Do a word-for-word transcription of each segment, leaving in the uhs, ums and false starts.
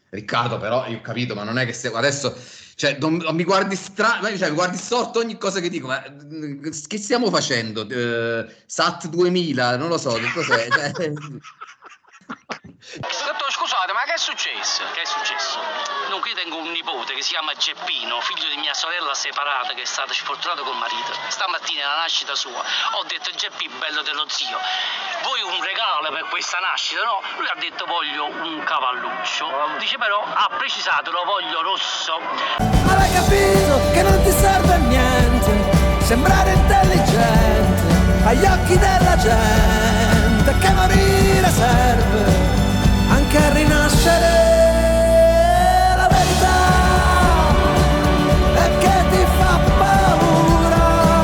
Riccardo, però io ho capito, ma non è che se adesso, cioè, non, non mi guardi strano, cioè, mi guardi storto ogni cosa che dico, ma che stiamo facendo? Uh, S A T duemila, non lo so, che cos'è? Cioè... Dottor, scusate, ma che è successo? Che è successo? No, qui tengo un nipote che si chiama Geppino, figlio di mia sorella separata che è stata sfortunata col marito. Stamattina alla nascita sua ho detto: Geppi, bello dello zio, vuoi un regalo per questa nascita? No, lui ha detto: voglio un cavalluccio. Dice però, ha precisato, lo voglio rosso. Ma l'hai capito che non ti serve a niente sembrare intelligente agli occhi della gente, che morire serve anche a rinascere. La verità è che ti fa paura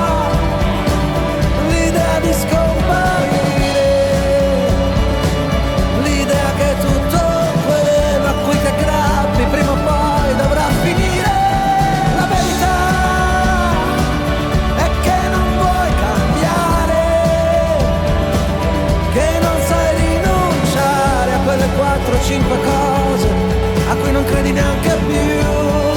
l'idea di scomparire, l'idea che tutto quello a cui ti aggrappi prima o poi dovrà finire. La verità è che non vuoi cambiare, che non sai rinunciare a quelle quattro o cinque cose a cui non credi neanche più.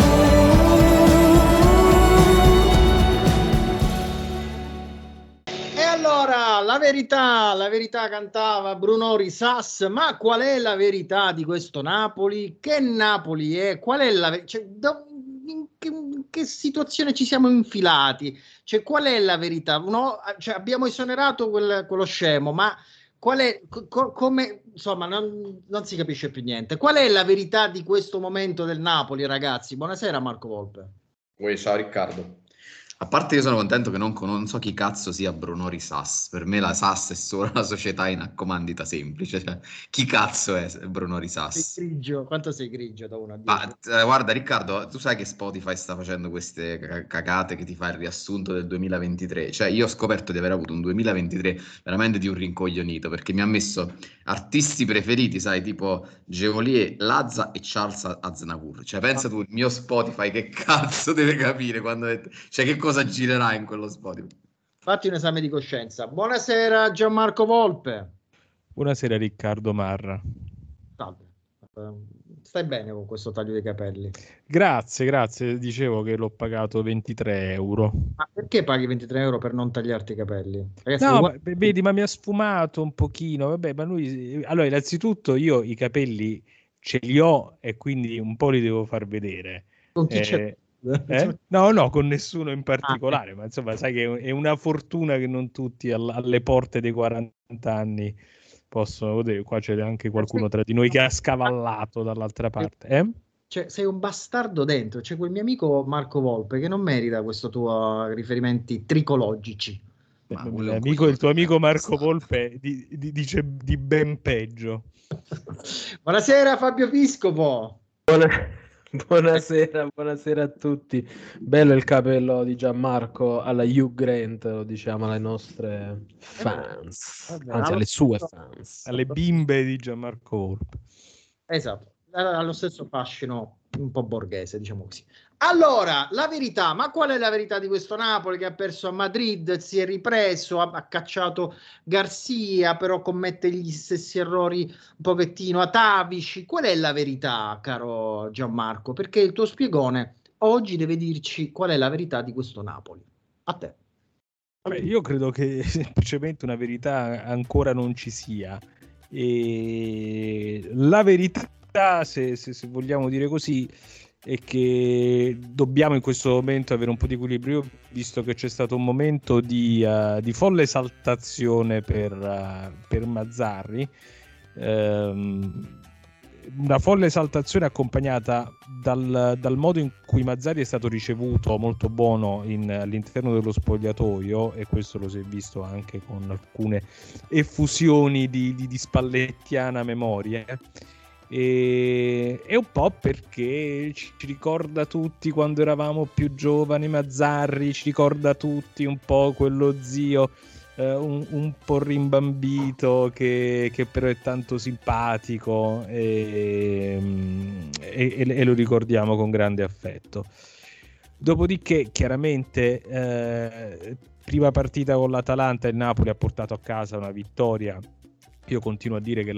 E allora, la verità, la verità cantava Bruno Risas, ma qual è la verità di questo Napoli? Che Napoli è? Qual è la verità? Cioè, do- in, che, in che situazione ci siamo infilati? Cioè, qual è la verità? Uno, cioè, abbiamo esonerato quel- quello scemo, ma qual è, co- come, insomma, non, non si capisce più niente. Qual è la verità di questo momento del Napoli, ragazzi? Buonasera, Marco Volpe. Uè, ciao Riccardo. A parte io sono contento che non, con- non so chi cazzo sia Bruno Risas. Per me la S A S è solo una società in accomandita semplice. Cioè, chi cazzo è Bruno Sei Risas? grigio, quanto sei grigio da uno a Ma dieci? eh, guarda Riccardo, tu sai che Spotify sta facendo queste ca- cagate che ti fa il riassunto del duemilaventitré? Cioè io ho scoperto di aver avuto un duemilaventitré veramente di un rincoglionito, perché mi ha messo artisti preferiti, sai, tipo Geolier, Lazza e Charles Aznavour. Cioè pensa tu, il mio Spotify che cazzo deve capire quando... Cioè che cosa girerà in quello Spotify? Fatti un esame di coscienza. Buonasera Gianmarco Volpe. Buonasera Riccardo Marra. Salve. Eh, Stai bene con questo taglio dei capelli? Grazie, grazie. Dicevo che l'ho pagato ventitré euro. Ma perché paghi ventitré euro per non tagliarti i capelli? Ragazzi, No, guarda- ma, vedi, ma mi ha sfumato un pochino. Vabbè, ma lui... Allora, innanzitutto io i capelli ce li ho e quindi un po' li devo far vedere. con chi c'è? Eh, eh? No, no, con nessuno in Ah, particolare, ma insomma, sai che è una fortuna che non tutti all- alle porte dei quaranta anni possono godere. Qua c'è anche qualcuno tra di noi che ha scavallato dall'altra parte. Eh? Cioè, sei un bastardo dentro. C'è quel mio amico Marco Volpe che non merita questo tuo riferimenti tricologici. Ma Eh, quello è un L'amico, il tuo coglione, amico eh, Marco bastardo. Volpe di- di- dice di ben peggio. Buonasera Fabio Piscopo. Buona- Buonasera, buonasera a tutti. Bello il capello di Gianmarco alla Hugh Grant, lo diciamo alle nostre fans, Vabbè, anzi allo alle sue stesso- fans. Alle bimbe di Gianmarco Volpe. Esatto, ha lo stesso fascino un po' borghese, diciamo così. Allora, la verità, ma qual è la verità di questo Napoli che ha perso a Madrid, si è ripreso, ha, ha cacciato Garcia, però commette gli stessi errori un pochettino atavici? Qual è la verità, caro Gianmarco? Perché il tuo spiegone oggi deve dirci qual è la verità di questo Napoli. A te. Vabbè, io credo che semplicemente una verità ancora non ci sia. E la verità, se, se, se vogliamo dire così, è che dobbiamo in questo momento avere un po' di equilibrio, visto che c'è stato un momento di, uh, di folle esaltazione per, uh, per Mazzarri. Um, una folle esaltazione accompagnata dal, dal modo in cui Mazzarri è stato ricevuto molto buono in, all'interno dello spogliatoio, e questo lo si è visto anche con alcune effusioni di, di, di spallettiana memoria, e, e un po' perché ci ricorda tutti quando eravamo più giovani Mazzarri, ci ricorda tutti un po' quello zio Uh, un, un po' rimbambito che, che però è tanto simpatico e, e, e lo ricordiamo con grande affetto. Dopodiché chiaramente eh, prima partita con l'Atalanta, il Napoli ha portato a casa una vittoria. Io continuo a dire che la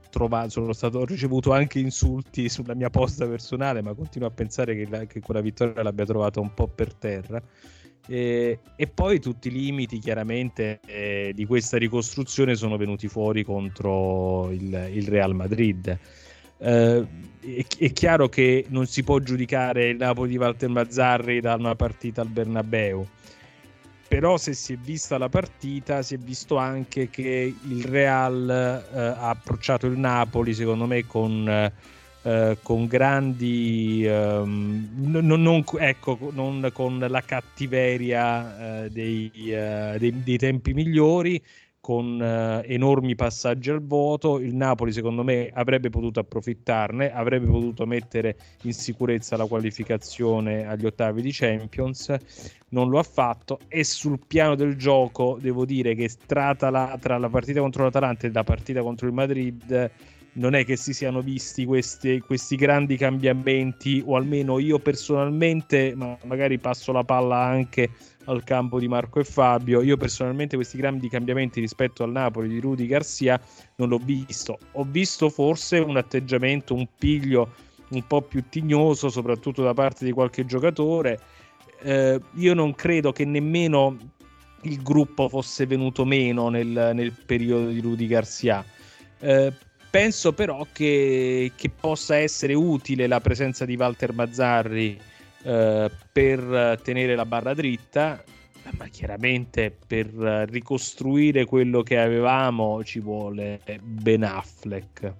trovato, sono stato ho ricevuto anche insulti sulla mia posta personale, ma continuo a pensare che, la, che quella vittoria l'abbia trovata un po' per terra. E, e poi tutti i limiti chiaramente eh, di questa ricostruzione sono venuti fuori contro il, il Real Madrid. Eh, è, è chiaro che non si può giudicare il Napoli di Walter Mazzarri da una partita al Bernabeu, però se si è vista la partita si è visto anche che il Real eh, ha approcciato il Napoli secondo me con eh, Uh, con grandi um, non, non, ecco, non con la cattiveria uh, dei, uh, dei, dei tempi migliori, con uh, enormi passaggi al vuoto. Il Napoli secondo me avrebbe potuto approfittarne, avrebbe potuto mettere in sicurezza la qualificazione agli ottavi di Champions, non lo ha fatto. E sul piano del gioco devo dire che tra, la, tra la partita contro l'Atalanta e la partita contro il Madrid non è che si siano visti questi, questi grandi cambiamenti, o almeno io personalmente, ma magari passo la palla anche al campo di Marco e Fabio, io personalmente questi grandi cambiamenti rispetto al Napoli di Rudy Garcia non l'ho visto. Ho visto forse un atteggiamento, un piglio un po' più tignoso, soprattutto da parte di qualche giocatore. Eh, io non credo che nemmeno il gruppo fosse venuto meno nel, nel periodo di Rudy Garcia. Eh, Penso però che, che possa essere utile la presenza di Walter Mazzarri eh, per tenere la barra dritta, ma chiaramente per ricostruire quello che avevamo ci vuole Ben Affleck.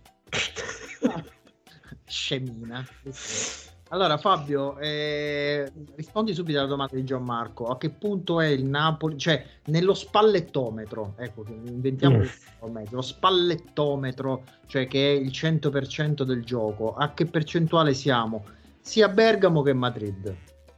Scemina. Allora Fabio, eh, rispondi subito alla domanda di Gianmarco. A che punto è il Napoli? Cioè, nello spallettometro, ecco, inventiamo mm. lo spallettometro, cioè che è il cento per cento del gioco. A che percentuale siamo? Sia Bergamo che Madrid?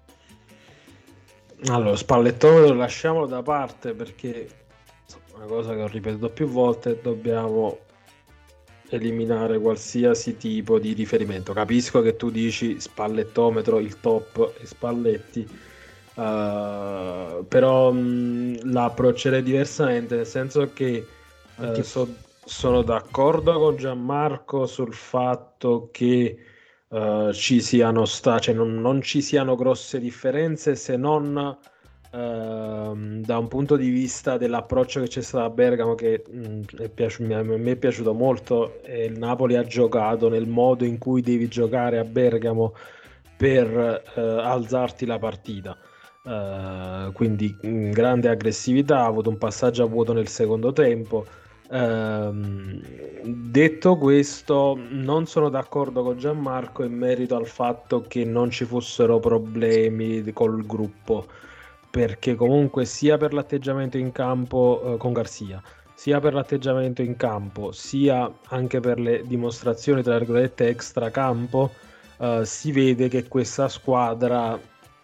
Allora, spallettometro lasciamolo da parte, perché una cosa che ho ripetuto più volte, dobbiamo eliminare qualsiasi tipo di riferimento. Capisco che tu dici spallettometro, il top e Spalletti, uh, però mh, la approccerei diversamente, nel senso che uh, so, sono d'accordo con Gianmarco sul fatto che uh, ci siano sta, cioè non, non ci siano grosse differenze, se non Uh, da un punto di vista dell'approccio che c'è stato a Bergamo, che mh, è piaci- mi, mi è piaciuto molto, e il Napoli ha giocato nel modo in cui devi giocare a Bergamo per uh, alzarti la partita, uh, quindi mh, grande aggressività, ha avuto un passaggio a vuoto nel secondo tempo. Uh, detto questo, non sono d'accordo con Gianmarco in merito al fatto che non ci fossero problemi col gruppo, perché comunque sia per l'atteggiamento in campo eh, con Garcia, sia per l'atteggiamento in campo, sia anche per le dimostrazioni tra virgolette extra campo, eh, si vede che questa squadra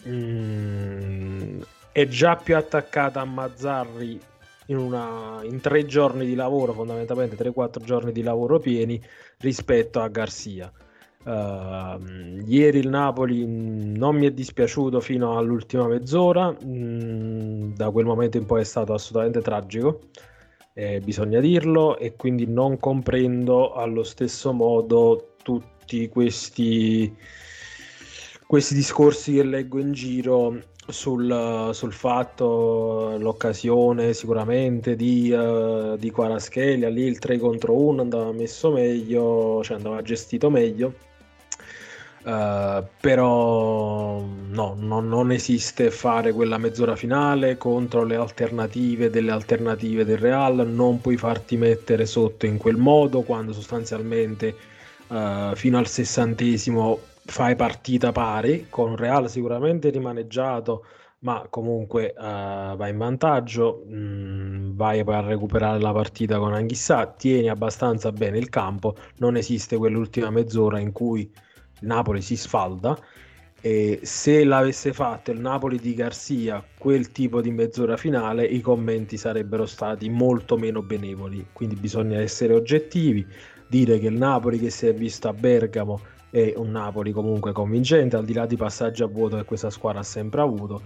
mh, è già più attaccata a Mazzarri in, una, in tre giorni di lavoro, fondamentalmente tre quattro giorni di lavoro pieni, rispetto a Garcia. Uh, ieri il Napoli non mi è dispiaciuto fino all'ultima mezz'ora, mm, da quel momento in poi è stato assolutamente tragico, eh, bisogna dirlo, e quindi non comprendo allo stesso modo tutti questi questi discorsi che leggo in giro sul, sul fatto, l'occasione sicuramente di, uh, di Kvaratskhelia, lì il tre contro uno andava messo meglio, cioè andava gestito meglio. Uh, però no, no, non esiste fare quella mezz'ora finale contro le alternative delle alternative del Real, non puoi farti mettere sotto in quel modo quando sostanzialmente uh, fino al sessantesimo fai partita pari, con Real sicuramente rimaneggiato, ma comunque uh, vai in vantaggio, mh, vai a recuperare la partita con Anghissà, tieni abbastanza bene il campo, non esiste quell'ultima mezz'ora in cui Napoli si sfalda, e se l'avesse fatto il Napoli di Garcia quel tipo di mezz'ora finale, i commenti sarebbero stati molto meno benevoli. Quindi bisogna essere oggettivi, dire che il Napoli che si è visto a Bergamo è un Napoli comunque convincente, al di là di passaggi a vuoto che questa squadra ha sempre avuto.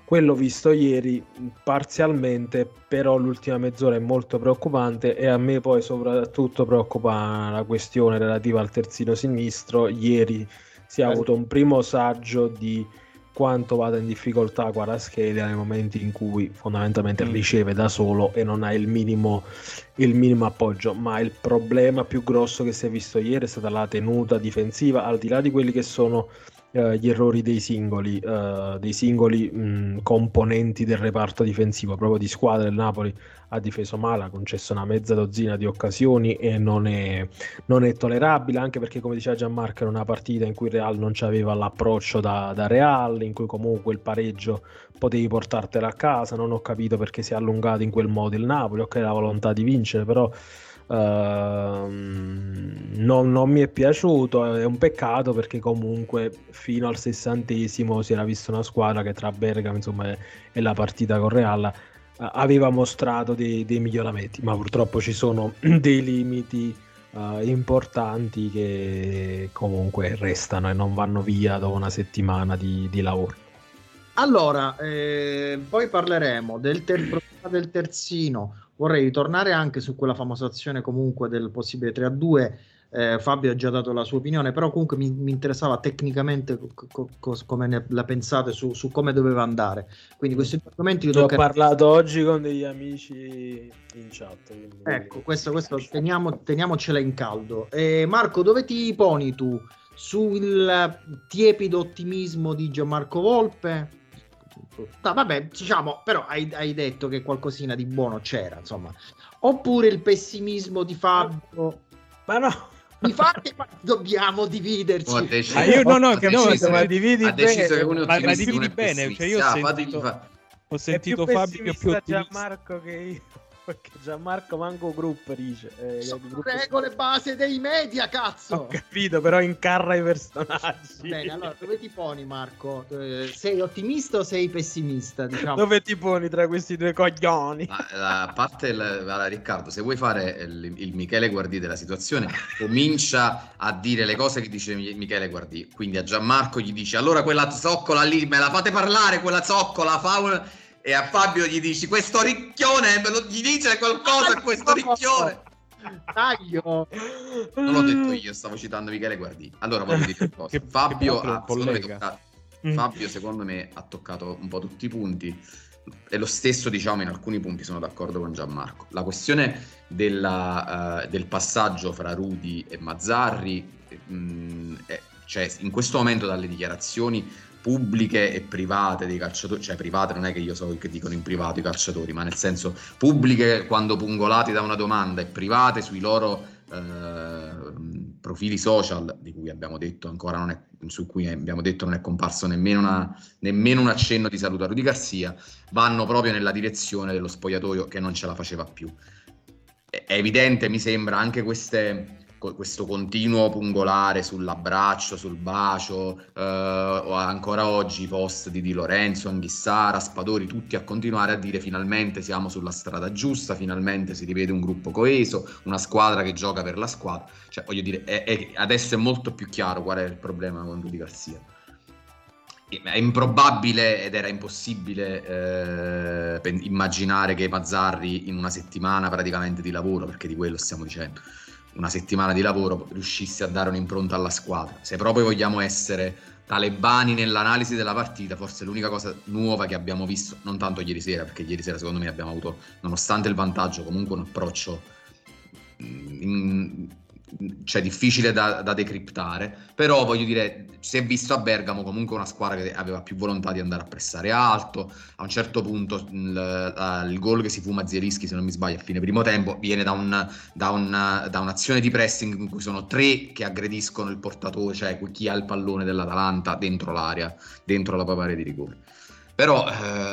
quello visto ieri parzialmente, però l'ultima mezz'ora è molto preoccupante, e a me poi soprattutto preoccupa la questione relativa al terzino sinistro. Ieri si è avuto un primo saggio di quanto vada in difficoltà Kvaratskhelia nei momenti in cui fondamentalmente mm. riceve da solo e non ha il minimo, il minimo appoggio, ma il problema più grosso che si è visto ieri è stata la tenuta difensiva, al di là di quelli che sono Uh, gli errori dei singoli uh, dei singoli mh, componenti del reparto difensivo, proprio di squadra. Il Napoli ha difeso male, ha concesso una mezza dozzina di occasioni e non è, non è tollerabile, anche perché, come diceva Gianmarco, era una partita in cui il Real non c'aveva l'approccio da, da Real, in cui comunque il pareggio potevi portartelo a casa. Non ho capito perché si è allungato in quel modo il Napoli, ok, la volontà di vincere, però Uh, non, non mi è piaciuto. È un peccato, perché comunque fino al sessantesimo si era vista una squadra che tra Bergamo, insomma, e, e la partita con Real uh, aveva mostrato dei, dei miglioramenti, ma purtroppo ci sono dei limiti uh, importanti che comunque restano e non vanno via dopo una settimana di, di lavoro. Allora, eh, poi parleremo del, ter- del terzino. Vorrei ritornare anche su quella famosa azione comunque del possibile tre a due. Eh, Fabio ha già dato la sua opinione, però comunque mi, mi interessava tecnicamente co- co- come ne la pensate su, su come doveva andare. Quindi questi argomenti li ho tocca... parlato oggi con degli amici in chat. Ecco, questo, questo teniamo, teniamocela in caldo. Eh, Marco, dove ti poni tu? Sul tiepido ottimismo di Gianmarco Volpe? No, vabbè, diciamo, però hai, hai detto che qualcosina di buono c'era, insomma. Oppure il pessimismo di Fabio? Ma no, mi fate, ma dobbiamo dividerci. Oh, deciso, ah, io no, no, che no, deciso, ma dividi ha deciso che bene, uno ma, ma dividi bene, cioè io ho sentito, fa... ho sentito più Fabio che è più ottimista. Gianmarco che io, perché Gianmarco manco gruppo dice. Eh, Sono gruppo regole base dei media, cazzo. Ho capito, però incarra i personaggi. Bene, allora dove ti poni, Marco? Eh, sei ottimista o sei pessimista? Diciamo? Dove ti poni tra questi due coglioni? Ma, la, a parte il, allora, Riccardo, se vuoi fare il, il Michele Guardì della situazione, comincia a dire le cose che dice Michele Guardì. Quindi a Gianmarco gli dice: allora quella zoccola lì me la fate parlare, quella zoccola fa un... E a Fabio gli dici: questo ricchione, me lo, gli dice qualcosa a questo ricchione. Taglio. Non l'ho detto io, stavo citando Michele Guardì. Allora voglio dire una cosa. che, Fabio, che ha, secondo me, toccato, mm. Fabio secondo me ha toccato un po' tutti i punti, e lo stesso, diciamo, in alcuni punti sono d'accordo con Gianmarco. La questione della, uh, del passaggio fra Rudy e Mazzarri, mh, è, cioè in questo momento dalle dichiarazioni pubbliche e private dei calciatori, cioè private non è che io so che dicono in privato i calciatori, ma nel senso pubbliche quando pungolati da una domanda, e private sui loro eh, profili social, di cui abbiamo detto ancora non è, su cui abbiamo detto non è comparso nemmeno, una, nemmeno un accenno di saluto a Rudy Garcia, vanno proprio nella direzione dello spogliatoio che non ce la faceva più. È, è evidente, mi sembra, anche queste questo continuo pungolare sull'abbraccio, sul bacio, eh, o ancora oggi i post di Di Lorenzo, Anghissà, Raspadori, tutti a continuare a dire: finalmente siamo sulla strada giusta, finalmente si rivede un gruppo coeso, una squadra che gioca per la squadra. Cioè, voglio dire, è, è, adesso è molto più chiaro qual è il problema con Rudy Garcia. È improbabile ed era impossibile eh, immaginare che Mazzarri in una settimana praticamente di lavoro, perché di quello stiamo dicendo, una settimana di lavoro, riuscisse a dare un'impronta alla squadra. Se proprio vogliamo essere talebani nell'analisi della partita, forse l'unica cosa nuova che abbiamo visto, non tanto ieri sera, perché ieri sera secondo me abbiamo avuto, nonostante il vantaggio, comunque un approccio in, cioè difficile da, da decriptare, però voglio dire, si è visto a Bergamo comunque una squadra che aveva più volontà di andare a pressare alto. A un certo punto il, il gol che si fuma Zielinski, se non mi sbaglio, a fine primo tempo, viene da, un, da, un, da un'azione di pressing in cui sono tre che aggrediscono il portatore, cioè chi ha il pallone dell'Atalanta dentro l'area, dentro la propria area di rigore. Però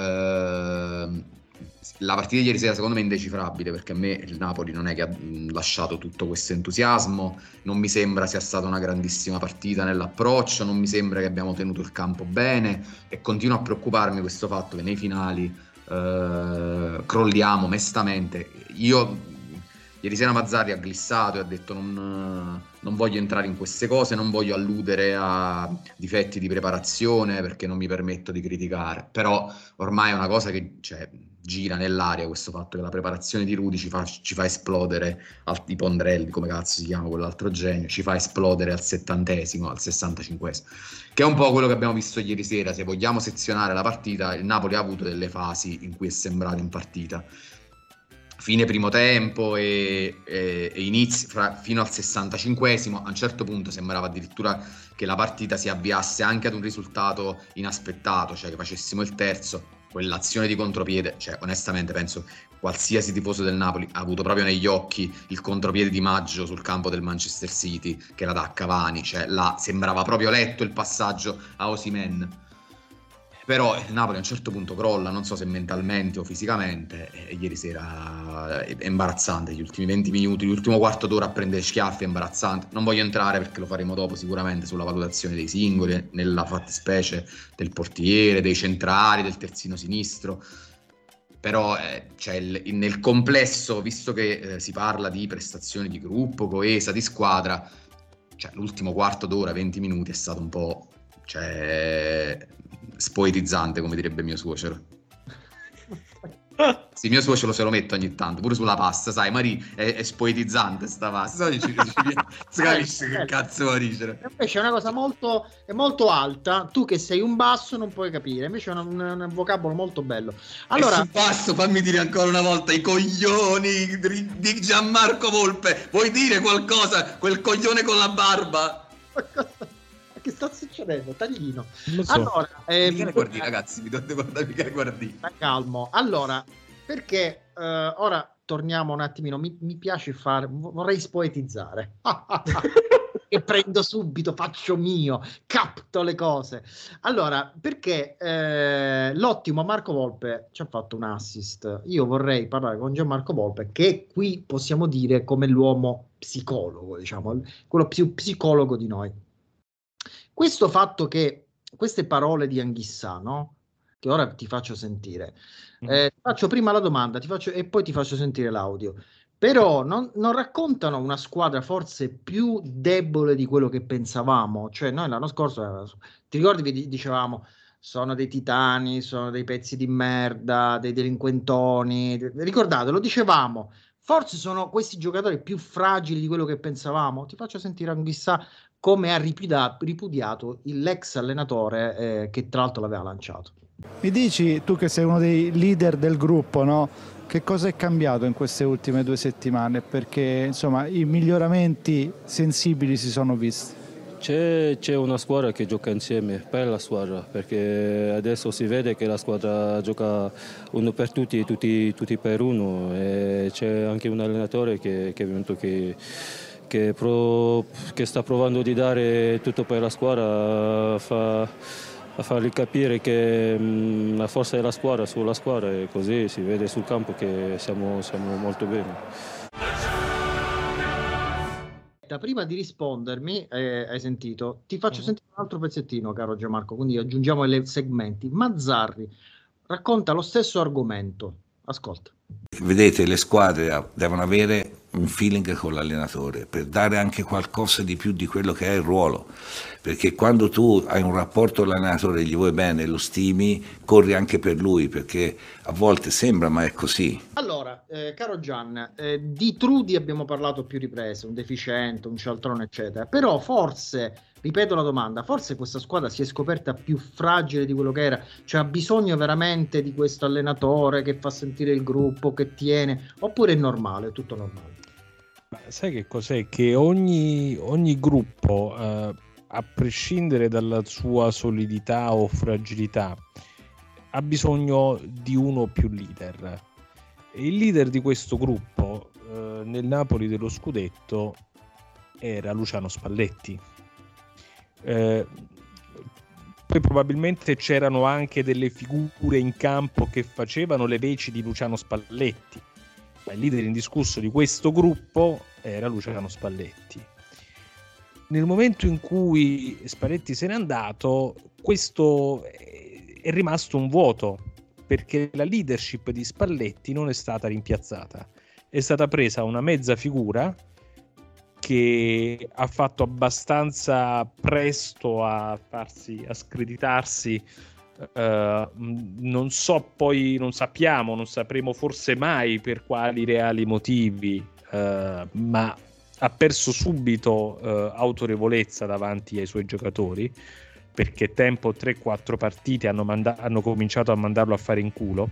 eh, la partita di ieri sera secondo me è indecifrabile, perché a me il Napoli non è che ha lasciato tutto questo entusiasmo, non mi sembra sia stata una grandissima partita nell'approccio, non mi sembra che abbiamo tenuto il campo bene, e continua a preoccuparmi questo fatto che nei finali eh, crolliamo mestamente. Io ieri sera Mazzarri ha glissato e ha detto non, non voglio entrare in queste cose, non voglio alludere a difetti di preparazione perché non mi permetto di criticare, però ormai è una cosa che cioè, gira nell'aria, questo fatto che la preparazione di Rudy ci fa, ci fa esplodere, al, i Pondrelli, come cazzo si chiama quell'altro genio, ci fa esplodere al settantesimo, al sessantacinquesimo, che è un po' quello che abbiamo visto ieri sera. Se vogliamo sezionare la partita, il Napoli ha avuto delle fasi in cui è sembrato in partita. Fine primo tempo e, e, e inizi fra, fino al sessantacinquesimo, a un certo punto sembrava addirittura che la partita si avviasse anche ad un risultato inaspettato, cioè che facessimo il terzo. Quell'azione di contropiede, cioè onestamente penso qualsiasi tifoso del Napoli ha avuto proprio negli occhi il contropiede di Maggio sul campo del Manchester City che la dà a Cavani, cioè là sembrava proprio letto il passaggio a Osimhen. Però il Napoli a un certo punto crolla, non so se mentalmente o fisicamente, e ieri sera è imbarazzante, gli ultimi venti minuti, l'ultimo quarto d'ora a prendere schiaffi è imbarazzante. Non voglio entrare, perché lo faremo dopo sicuramente, sulla valutazione dei singoli, nella fattispecie del portiere, dei centrali, del terzino sinistro, però eh, cioè, il, nel complesso, visto che eh, si parla di prestazioni di gruppo, coesa, di squadra, cioè, l'ultimo quarto d'ora, venti minuti è stato un po'... cioè spoetizzante, come direbbe mio suocero. Sì, mio suocero se lo metto ogni tanto, pure sulla pasta, sai, Mari è, è spoetizzante sta pasta, so, ci, ci, si capisce che cazzo vuoi dicere. Invece è una cosa molto, è molto alta, tu che sei un basso non puoi capire, invece è un, un, un vocabolo molto bello. Allora, e sul basso fammi dire ancora una volta i coglioni di Gianmarco Volpe, vuoi dire qualcosa, quel coglione con la barba? Che sta succedendo? Taglino. So. Allora, eh, Michele Guardini, ragazzi, vi dovete guardare Michele Guardini. Sta calmo. Allora, perché eh, ora torniamo un attimino, mi, mi piace fare, vorrei spoetizzare. E prendo subito, faccio mio, capto le cose. Allora, perché eh, l'ottimo Marco Volpe ci ha fatto un assist. Io vorrei parlare con Gianmarco Volpe, che qui possiamo dire come l'uomo psicologo, diciamo, quello più psicologo di noi. Questo fatto che queste parole di Anghissà, no? Che ora ti faccio sentire, eh, ti faccio prima la domanda ti faccio, e poi ti faccio sentire l'audio, però non, non raccontano una squadra forse più debole di quello che pensavamo. Cioè noi l'anno scorso, ti ricordi che dicevamo sono dei titani, sono dei pezzi di merda, dei delinquentoni, ricordate, lo dicevamo, forse sono questi giocatori più fragili di quello che pensavamo. Ti faccio sentire Anghissà come ha ripudiato, ripudiato l'ex allenatore eh, che tra l'altro l'aveva lanciato. Mi dici, tu che sei uno dei leader del gruppo, no? Che cosa è cambiato in queste ultime due settimane? Perché insomma i miglioramenti sensibili si sono visti. C'è, c'è una squadra che gioca insieme per la squadra, perché adesso si vede che la squadra gioca uno per tutti, tutti, tutti per uno, e c'è anche un allenatore che, che è venuto che Che, pro, che sta provando di dare tutto per la squadra, fa, a fargli capire che mh, la forza della squadra sulla squadra, e così si vede sul campo che siamo, siamo molto bene. Prima di rispondermi, eh, hai sentito, ti faccio Mm. sentire un altro pezzettino, caro Gianmarco, quindi aggiungiamo i segmenti. Mazzarri racconta lo stesso argomento, ascolta. Vedete, le squadre devono avere un feeling con l'allenatore per dare anche qualcosa di più di quello che è il ruolo, perché quando tu hai un rapporto con l'allenatore, gli vuoi bene, lo stimi, corri anche per lui, perché a volte sembra, ma è così. Allora, eh, caro Gian, eh, di Trudi abbiamo parlato più riprese, un deficiente, un cialtrone, eccetera, però forse, ripeto la domanda, forse questa squadra si è scoperta più fragile di quello che era, cioè ha bisogno veramente di questo allenatore che fa sentire il gruppo, che tiene, oppure è normale, è tutto normale? Ma sai che cos'è? Che ogni, ogni gruppo, eh, a prescindere dalla sua solidità o fragilità, ha bisogno di uno o più leader. E il leader di questo gruppo, eh, nel Napoli dello scudetto, era Luciano Spalletti. Eh, poi probabilmente c'erano anche delle figure in campo che facevano le veci di Luciano Spalletti, ma il leader indiscusso di questo gruppo era Luciano Spalletti. Nel momento in cui Spalletti se n'è andato, questo è rimasto un vuoto, perché la leadership di Spalletti non è stata rimpiazzata, è stata presa una mezza figura che ha fatto abbastanza presto a farsi a screditarsi. Uh, non so, poi non sappiamo, non sapremo forse mai per quali reali motivi, uh, ma ha perso subito uh, autorevolezza davanti ai suoi giocatori, perché tempo tre quattro partite hanno, manda- hanno cominciato a mandarlo a fare in culo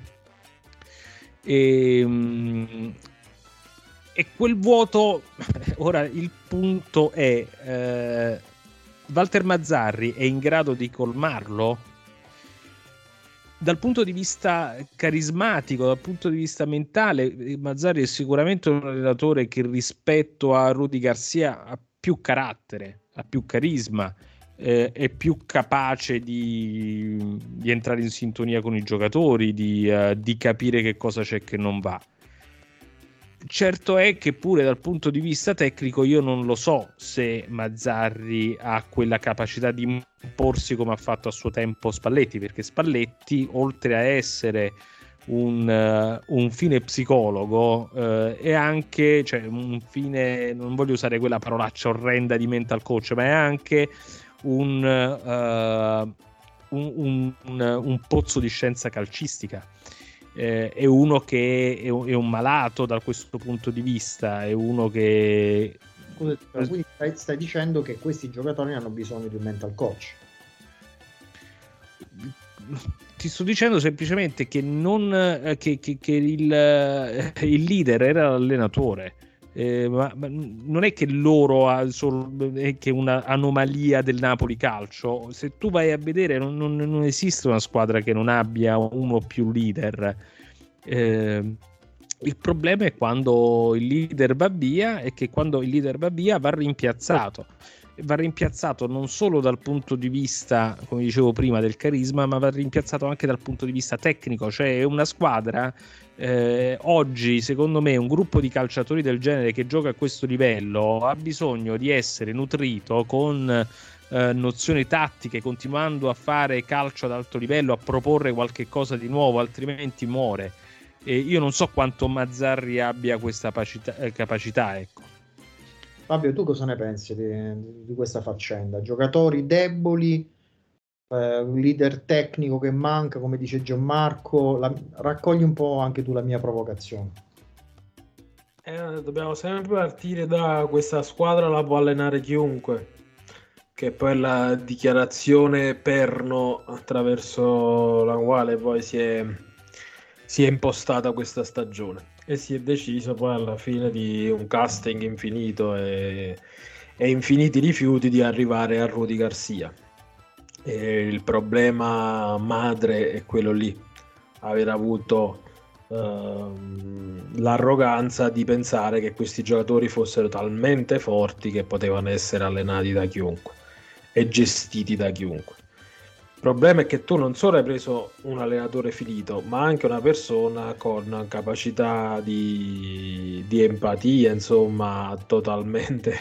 e, um, e quel vuoto ora il punto è uh, Walter Mazzarri è in grado di colmarlo? Dal punto di vista carismatico, dal punto di vista mentale, Mazzarri è sicuramente un allenatore che rispetto a Rudy Garcia ha più carattere, ha più carisma, eh, è più capace di, di entrare in sintonia con i giocatori, di, uh, di capire che cosa c'è che non va. Certo è che pure dal punto di vista tecnico io non lo so se Mazzarri ha quella capacità di imporsi come ha fatto a suo tempo Spalletti, perché Spalletti, oltre a essere un, uh, un fine psicologo, uh, è anche, cioè un fine, non voglio usare quella parolaccia orrenda di mental coach, ma è anche un, uh, un, un, un, un pozzo di scienza calcistica. Eh, è uno che è un, è un malato da questo punto di vista, è uno che... Quindi stai, stai dicendo che questi giocatori hanno bisogno di un mental coach? Ti sto dicendo semplicemente che non eh, che, che, che il, eh, il leader era l'allenatore, eh, ma, ma non è che loro ha solo, è che una anomalia del Napoli calcio. Se tu vai a vedere non, non, non esiste una squadra che non abbia uno o più leader. Eh, il problema è quando il leader va via, e che quando il leader va via va rimpiazzato. Va rimpiazzato non solo dal punto di vista, come dicevo prima, del carisma, ma va rimpiazzato anche dal punto di vista tecnico. Cioè una squadra eh, oggi, secondo me, un gruppo di calciatori del genere che gioca a questo livello ha bisogno di essere nutrito con eh, nozioni tattiche, continuando a fare calcio ad alto livello, a proporre qualche cosa di nuovo, altrimenti muore. E io non so quanto Mazzarri abbia questa capacità, eh, capacità ecco. Fabio, tu cosa ne pensi di, di questa faccenda? Giocatori deboli, eh, un leader tecnico che manca, come dice Gianmarco. La, raccogli un po' anche tu la mia provocazione. Eh, dobbiamo sempre partire da questa squadra la può allenare chiunque, che poi la dichiarazione perno attraverso la quale poi si è, si è impostata questa stagione. E si è deciso poi alla fine di un casting infinito e, e infiniti rifiuti di arrivare a Rudy Garcia. E il problema madre è quello lì, aver avuto ehm, l'arroganza di pensare che questi giocatori fossero talmente forti che potevano essere allenati da chiunque e gestiti da chiunque. Il problema è che tu non solo hai preso un allenatore finito, ma anche una persona con capacità di, di empatia, insomma, totalmente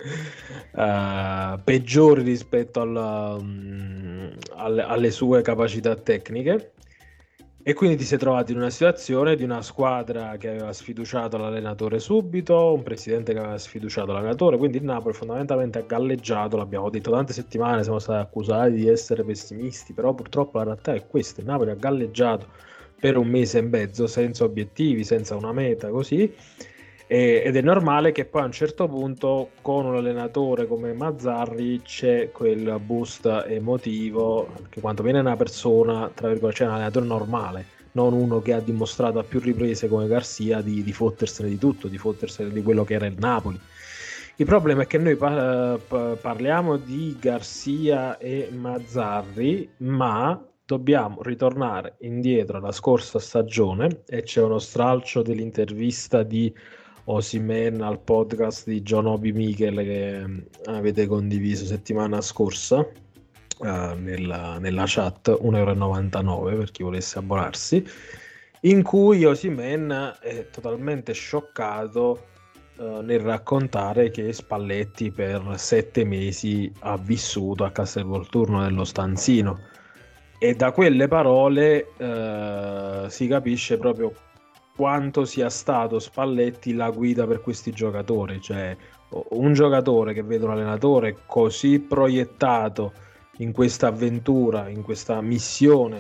uh, peggiori rispetto al, um, alle, alle sue capacità tecniche. E quindi ti sei trovato in una situazione di una squadra che aveva sfiduciato l'allenatore subito, un presidente che aveva sfiduciato l'allenatore, quindi il Napoli fondamentalmente ha galleggiato, l'abbiamo detto tante settimane, siamo stati accusati di essere pessimisti, però purtroppo la realtà è questa, il Napoli ha galleggiato per un mese e mezzo senza obiettivi, senza una meta, così, e, ed è normale che poi a un certo punto con un allenatore come Mazzarri c'è quel boost emotivo, che quanto viene una persona, tra virgolette, c'è un allenatore normale, non uno che ha dimostrato a più riprese come Garcia di, di fottersene di tutto, di fottersene di quello che era il Napoli. Il problema è che noi par- parliamo di Garcia e Mazzarri, ma dobbiamo ritornare indietro alla scorsa stagione, e c'è uno stralcio dell'intervista di Osimhen al podcast di John Obi Mikel che avete condiviso settimana scorsa uh, nella, nella chat uno euro e novantanove per chi volesse abbonarsi, in cui Osimhen è totalmente scioccato uh, nel raccontare che Spalletti per sette mesi ha vissuto a Castelvolturno nello stanzino, e da quelle parole uh, si capisce proprio quanto sia stato Spalletti la guida per questi giocatori. Cioè, un giocatore che vede un allenatore così proiettato in questa avventura, in questa missione,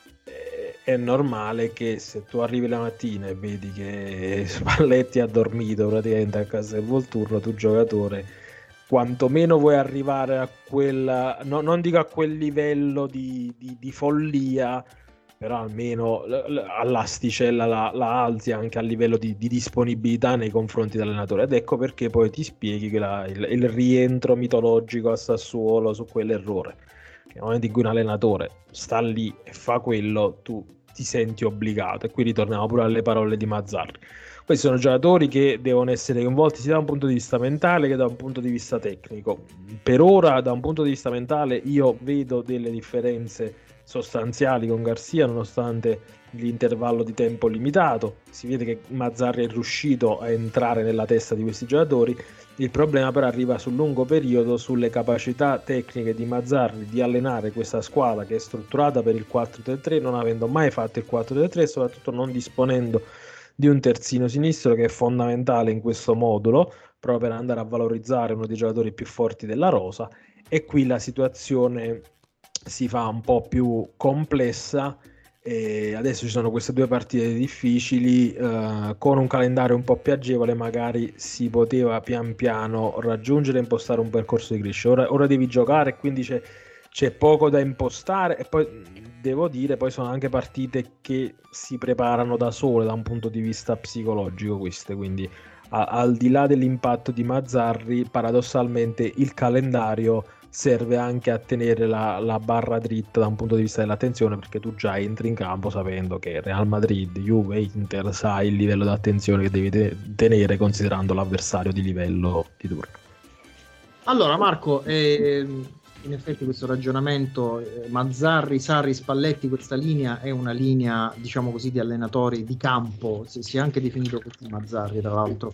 eh, è normale che se tu arrivi la mattina e vedi che Spalletti ha dormito praticamente a casa del Volturno, tu giocatore quantomeno vuoi arrivare a quella, no, non dico a quel livello di, di, di follia, però almeno all'asticella la, la alzi anche a livello di, di disponibilità nei confronti dell'allenatore. Ed ecco perché poi ti spieghi che la, il, il rientro mitologico a Sassuolo su quell'errore, che nel momento in cui un allenatore sta lì e fa quello, tu ti senti obbligato. E qui ritorniamo pure alle parole di Mazzarri. Questi sono giocatori che devono essere coinvolti sia da un punto di vista mentale che da un punto di vista tecnico. Per ora, da un punto di vista mentale, io vedo delle differenze sostanziali con Garcia, nonostante l'intervallo di tempo limitato. Si vede che Mazzarri è riuscito a entrare nella testa di questi giocatori. Il problema però arriva sul lungo periodo, sulle capacità tecniche di Mazzarri di allenare questa squadra che è strutturata per il quattro tre tre, non avendo mai fatto il quattro tre tre e soprattutto non disponendo di un terzino sinistro che è fondamentale in questo modulo, proprio per andare a valorizzare uno dei giocatori più forti della rosa. E qui la situazione si fa un po' più complessa e adesso ci sono queste due partite difficili, eh, con un calendario un po' più agevole magari si poteva pian piano raggiungere e impostare un percorso di crescita. Ora, ora devi giocare, quindi c'è, c'è poco da impostare, e poi devo dire poi sono anche partite che si preparano da sole da un punto di vista psicologico queste, quindi a, al di là dell'impatto di Mazzarri, paradossalmente il calendario serve anche a tenere la, la barra dritta da un punto di vista dell'attenzione, perché tu già entri in campo sapendo che Real Madrid, Juve, Inter, sai il livello di attenzione che devi te- tenere considerando l'avversario di livello di turno. Allora Marco, eh, in effetti questo ragionamento eh, Mazzarri, Sarri, Spalletti, questa linea è una linea, diciamo così, di allenatori di campo, si, si è anche definito così Mazzarri tra l'altro.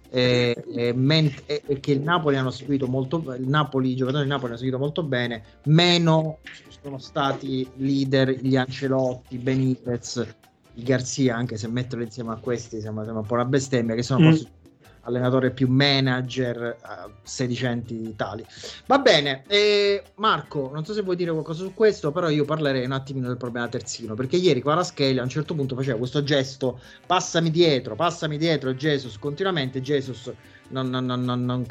E, e, ment- e, e che il Napoli hanno seguito molto il Napoli, i giocatori del Napoli hanno seguito molto bene, meno sono stati leader gli Ancelotti, Benitez, i Garcia, anche se metterlo insieme a questi sembra, sembra un po' una bestemmia, che sono mm. forse allenatore più manager, uh, sedicenti tali. Va bene, e Marco, non so se vuoi dire qualcosa su questo, però io parlerei un attimino del problema terzino, perché ieri Kvaratskhelia a un certo punto faceva questo gesto, passami dietro, passami dietro Jesus, continuamente Jesus non, non, non, non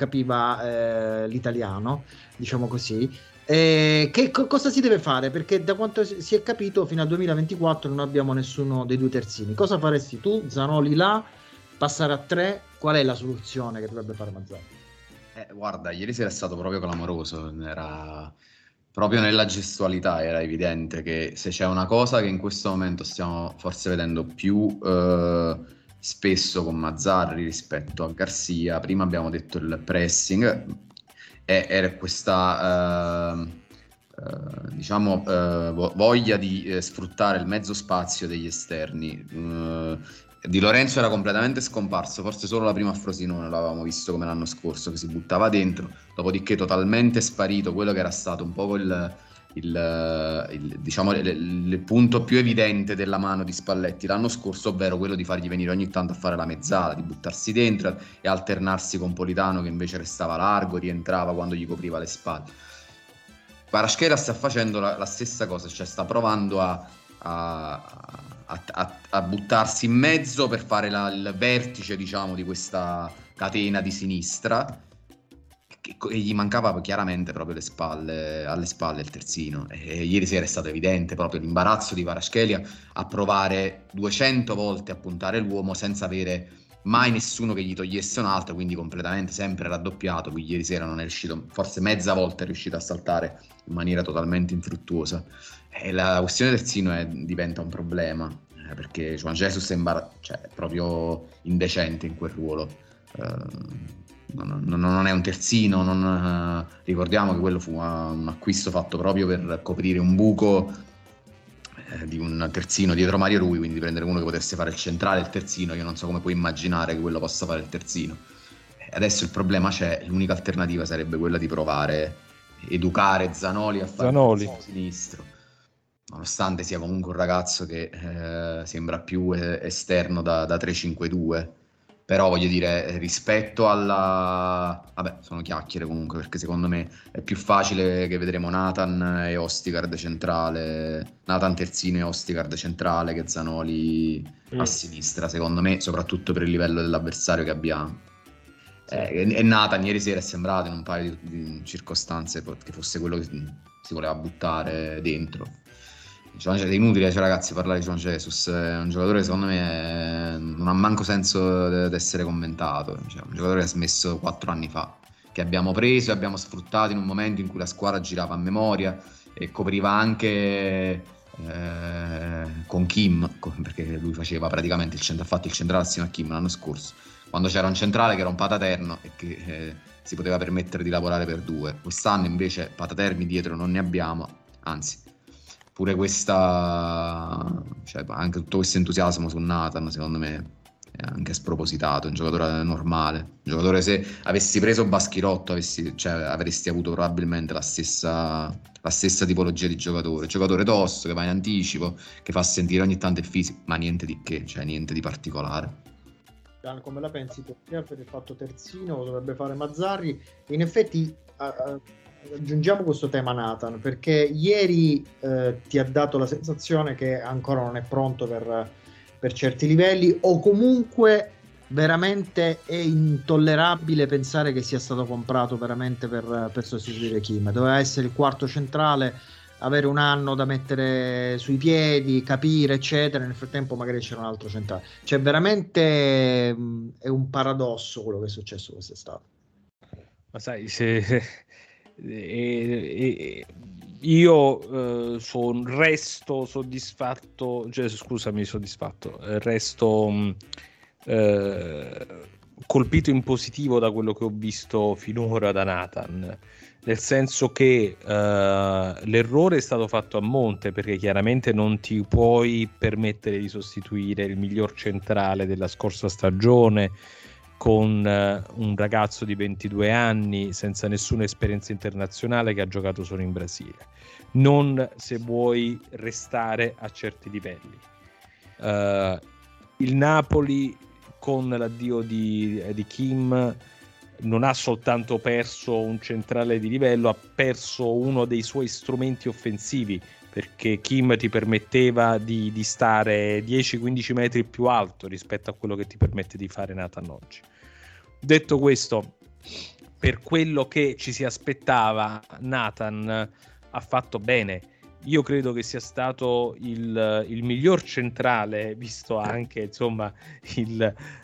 capiva eh, l'italiano, diciamo così. Eh, che co- cosa si deve fare? Perché da quanto si è capito fino al duemilaventiquattro non abbiamo nessuno dei due terzini. Cosa faresti tu? Zanoli là, passare a tre? Qual è la soluzione che dovrebbe fare Mazzarri? Eh, guarda, ieri sera è stato proprio clamoroso, era proprio nella gestualità, era evidente che se c'è una cosa che in questo momento stiamo forse vedendo più eh, spesso con Mazzarri rispetto a Garcia, prima abbiamo detto il pressing, e era questa eh, eh, diciamo eh, voglia di eh, sfruttare il mezzo spazio degli esterni. Eh, Di Lorenzo era completamente scomparso, forse solo la prima a Frosinone l'avevamo visto come l'anno scorso, che si buttava dentro, dopodiché totalmente sparito quello che era stato un po' il, il, il, diciamo, il, il punto più evidente della mano di Spalletti l'anno scorso, ovvero quello di fargli venire ogni tanto a fare la mezzala, di buttarsi dentro e alternarsi con Politano che invece restava largo, rientrava quando gli copriva le spalle. Kvaratskhelia sta facendo la, la stessa cosa, cioè sta provando a, a A, a, a buttarsi in mezzo per fare la, il vertice, diciamo, di questa catena di sinistra, che, e gli mancava chiaramente proprio le spalle, alle spalle il terzino, e, e ieri sera è stato evidente proprio l'imbarazzo di Kvaratskhelia a provare duecento volte a puntare l'uomo senza avere mai nessuno che gli togliesse un altro, quindi completamente sempre raddoppiato. Quindi ieri sera non è riuscito, forse mezza volta è riuscito a saltare in maniera totalmente infruttuosa. E la questione terzino è, diventa un problema, eh, perché Juan Jesus sembra, cioè, è proprio indecente in quel ruolo. Uh, non, non, non è un terzino, non, uh, ricordiamo che quello fu una, un acquisto fatto proprio per coprire un buco eh, di un terzino dietro Mario Rui, quindi di prendere uno che potesse fare il centrale e il terzino. Io non so come puoi immaginare che quello possa fare il terzino. Adesso il problema c'è, l'unica alternativa sarebbe quella di provare educare Zanoli a fare Zanoli. il sinistro. nonostante sia comunque un ragazzo che eh, sembra più esterno da, da tre cinque due, però voglio dire, rispetto alla... vabbè, sono chiacchiere comunque, perché secondo me è più facile che vedremo Nathan e Ostigard centrale, Nathan terzino e Ostigard centrale che Zanoli mm. a sinistra, secondo me, soprattutto per il livello dell'avversario che abbiamo. Sì. Eh, e Nathan ieri sera è sembrato in un paio di, di circostanze che fosse quello che si voleva buttare dentro. Cioè, è inutile, cioè, ragazzi, parlare di Juan Jesus, è un giocatore secondo me è... non ha manco senso di essere commentato, cioè, un giocatore che ha smesso quattro anni fa, che abbiamo preso e abbiamo sfruttato in un momento in cui la squadra girava a memoria e copriva anche eh, con Kim, perché lui faceva praticamente il centro, ha fatto il centrale assieme a Kim l'anno scorso, quando c'era un centrale che era un pataterno e che eh, si poteva permettere di lavorare per due. Quest'anno invece pataterni dietro non ne abbiamo, anzi pure questa, cioè anche tutto questo entusiasmo su Nathan secondo me è anche spropositato. Un giocatore normale, un giocatore, se avessi preso Baschirotto avessi, cioè, avresti avuto probabilmente la stessa, la stessa tipologia di giocatore, giocatore tosto che va in anticipo, che fa sentire ogni tanto il fisico, ma niente di che, cioè niente di particolare. Come la pensi tu? Per il fatto terzino lo dovrebbe fare Mazzarri. In effetti uh, uh, aggiungiamo questo tema Nathan, perché ieri eh, ti ha dato la sensazione che ancora non è pronto per, per certi livelli, o comunque veramente è intollerabile pensare che sia stato comprato veramente per, per sostituire Kim. Doveva essere il quarto centrale, avere un anno da mettere sui piedi, capire eccetera, nel frattempo magari c'era un altro centrale. Cioè veramente mh, è un paradosso quello che è successo quest'estate. Ma sai, se e, e, io eh, son, resto soddisfatto, cioè scusami soddisfatto, resto mh, eh, colpito in positivo da quello che ho visto finora da Nathan, nel senso che uh, l'errore è stato fatto a monte, perché chiaramente non ti puoi permettere di sostituire il miglior centrale della scorsa stagione con uh, un ragazzo di ventidue anni senza nessuna esperienza internazionale che ha giocato solo in Brasile, non se vuoi restare a certi livelli. Uh, il Napoli con l'addio di, di Kim non ha soltanto perso un centrale di livello, ha perso uno dei suoi strumenti offensivi, perché Kim ti permetteva di, di stare dieci quindici metri più alto rispetto a quello che ti permette di fare Nathan oggi. Detto questo, per quello che ci si aspettava, Nathan ha fatto bene. Io credo che sia stato il, il miglior centrale, visto anche insomma il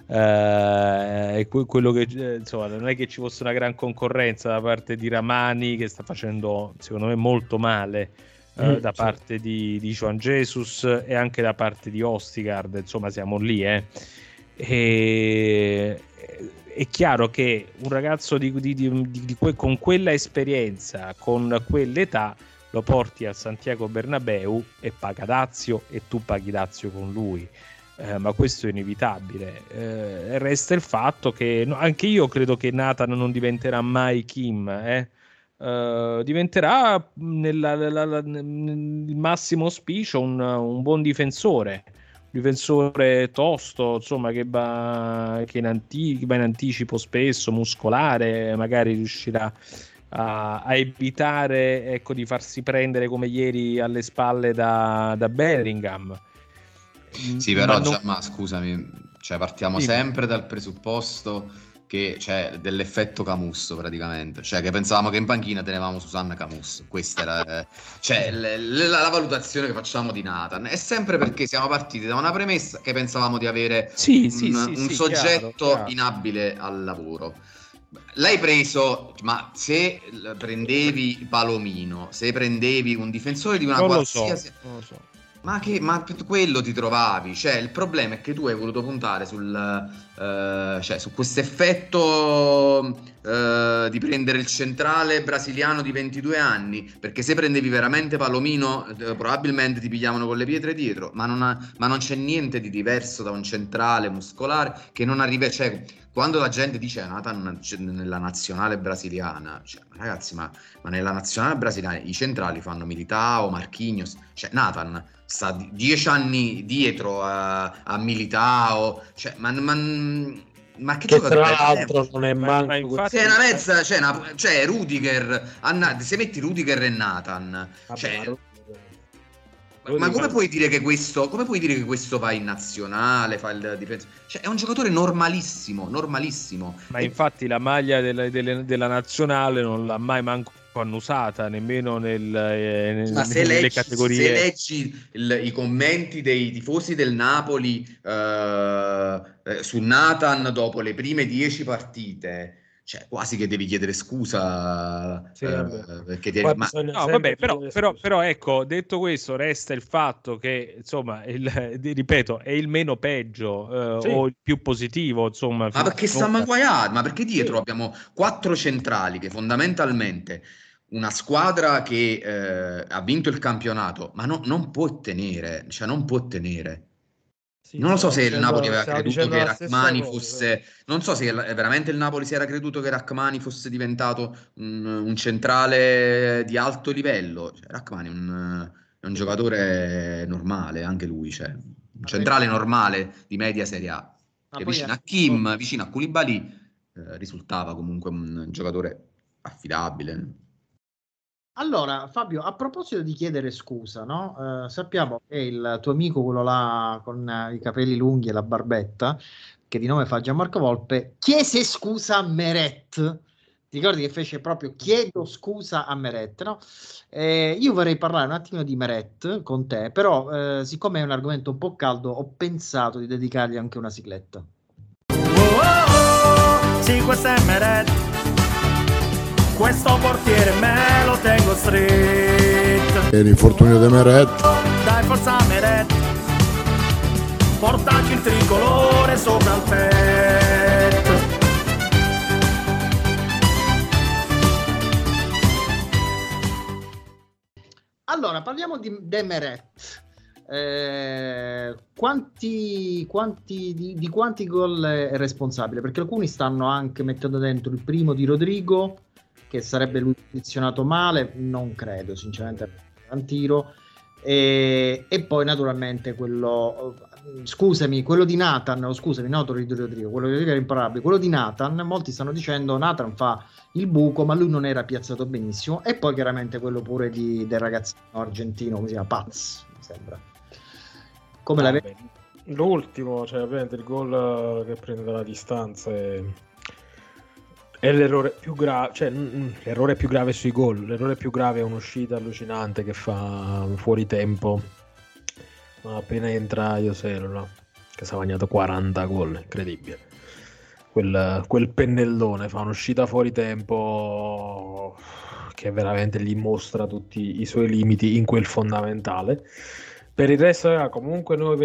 eh, quello che insomma non è che ci fosse una gran concorrenza da parte di Ramani, che sta facendo secondo me molto male, eh, mm, da sì. parte di, di Juan Jesus, e anche da parte di Ostigard, insomma siamo lì eh. E è chiaro che un ragazzo di, di, di, di, di que, con quella esperienza, con quell'età, lo porti al Santiago Bernabéu e paga Dazio e tu paghi Dazio con lui, eh, ma questo è inevitabile. Eh, resta il fatto che no, anche io credo che Nathan non diventerà mai Kim, eh? Uh, diventerà nella, nella, nella, nel massimo auspicio un, un buon difensore, un difensore tosto, insomma, che va, che in anti, che va in anticipo spesso, muscolare, magari riuscirà A, a evitare, ecco, di farsi prendere come ieri alle spalle da, da Bellingham. Sì, però ma, non... ma scusami, cioè partiamo sì. sempre dal presupposto che c'è dell'effetto Camusso praticamente, cioè che pensavamo che in panchina tenevamo Susanna Camusso. Questa era cioè le, le, la, la valutazione che facciamo di Nathan è sempre perché siamo partiti da una premessa che pensavamo di avere sì, un, sì, sì, un sì, soggetto chiaro, chiaro. inabile al lavoro. L'hai preso, ma se prendevi Palomino, se prendevi un difensore di una non qualsiasi... Lo so, non lo so. Ma che ma quello ti trovavi, cioè il problema è che tu hai voluto puntare sul uh, cioè su questo effetto eh, di prendere il centrale brasiliano di ventidue anni, perché se prendevi veramente Palomino eh, probabilmente ti pigliavano con le pietre dietro, ma non, ha, ma non c'è niente di diverso da un centrale muscolare che non arriva, cioè quando la gente dice Nathan nella nazionale brasiliana, cioè, ragazzi, ma, ma nella nazionale brasiliana i centrali fanno Militao, Marquinhos, cioè Nathan sta dieci anni dietro a, a Militao, cioè, ma, ma, ma che, che giocatore tra è? l'altro non è manco ma infatti- Sei una mezza, cioè, una, cioè Rudiger, Anna, se metti Rudiger e Nathan, Vabbè, cioè, ma- ma come puoi dire che questo, come puoi dire che questo va in nazionale, fa il difensore? Cioè, è un giocatore normalissimo, normalissimo. Ma E- infatti la maglia della, delle- della nazionale non l'ha mai manco annusata, nemmeno nel, eh, nel- Ma se nelle leggi, categorie. se leggi il- i commenti dei tifosi del Napoli eh, eh, su Nathan dopo le prime dieci partite, cioè quasi che devi chiedere scusa Sì, eh, vabbè. perché ti- Poi ma- bisogna No, sempre vabbè, però, chiedere però, scusa. però ecco, detto questo, resta il fatto che, insomma, il, ripeto, è il meno peggio eh, Sì. o il più positivo, insomma. Ma perché sta finora. Maguire? Ma perché dietro Sì. abbiamo quattro centrali che fondamentalmente una squadra che eh, ha vinto il campionato, ma no- non può tenere, cioè non può tenere. Sì, Non lo so stiamo se il dicendo- Napoli aveva stiamo creduto dicendo che la stessa Rachmani cosa. fosse, non so se il- veramente il Napoli si era creduto che Rachmani fosse diventato un, un centrale di alto livello. Cioè, Rachmani è un, è un giocatore normale, anche lui, cioè, un centrale normale di media Serie A. Ma Che poi vicino è- a Kim, vicino a Koulibaly, eh, risultava comunque un giocatore affidabile. Allora, Fabio, a proposito di chiedere scusa, no? Eh, sappiamo che il tuo amico, quello là con eh, i capelli lunghi e la barbetta, che di nome fa Gianmarco Volpe, chiese scusa a Meret. Ti ricordi che fece proprio chiedo scusa a Meret, no? Eh, io vorrei parlare un attimo di Meret con te, però eh, siccome è un argomento un po' caldo, ho pensato di dedicargli anche una sigletta. Oh, oh, oh, sì, questo è Meret. Questo portiere me lo tengo stretto. E l'infortunio di Meret. Dai, forza Meret. Portaci il tricolore sopra il petto. Allora, parliamo di Demeret. Eh, quanti, quanti, di, di quanti gol è responsabile? Perché alcuni stanno anche mettendo dentro il primo di Rodrigo, che sarebbe lui posizionato male, non credo, sinceramente, un tiro. E, e poi naturalmente quello, scusami, quello di Nathan, no, scusami, no, di Rodrigo, quello di Rodrigo era imparabile, quello di Nathan, molti stanno dicendo Nathan fa il buco, ma lui non era piazzato benissimo. E poi chiaramente quello pure di, del ragazzino argentino, come si chiama, Paz, mi sembra. Come la vedi? L'ultimo, cioè ovviamente il gol che prende dalla distanza è, è l'errore più grave, cioè mm, l'errore più grave sui gol. L'errore più grave è un'uscita allucinante che fa fuori tempo, ma appena entra Joselu, no? Che si è bagnato quaranta gol, incredibile. Quel, quel pennellone fa un'uscita fuori tempo che veramente gli mostra tutti i suoi limiti in quel fondamentale. Per il resto, eh, comunque noi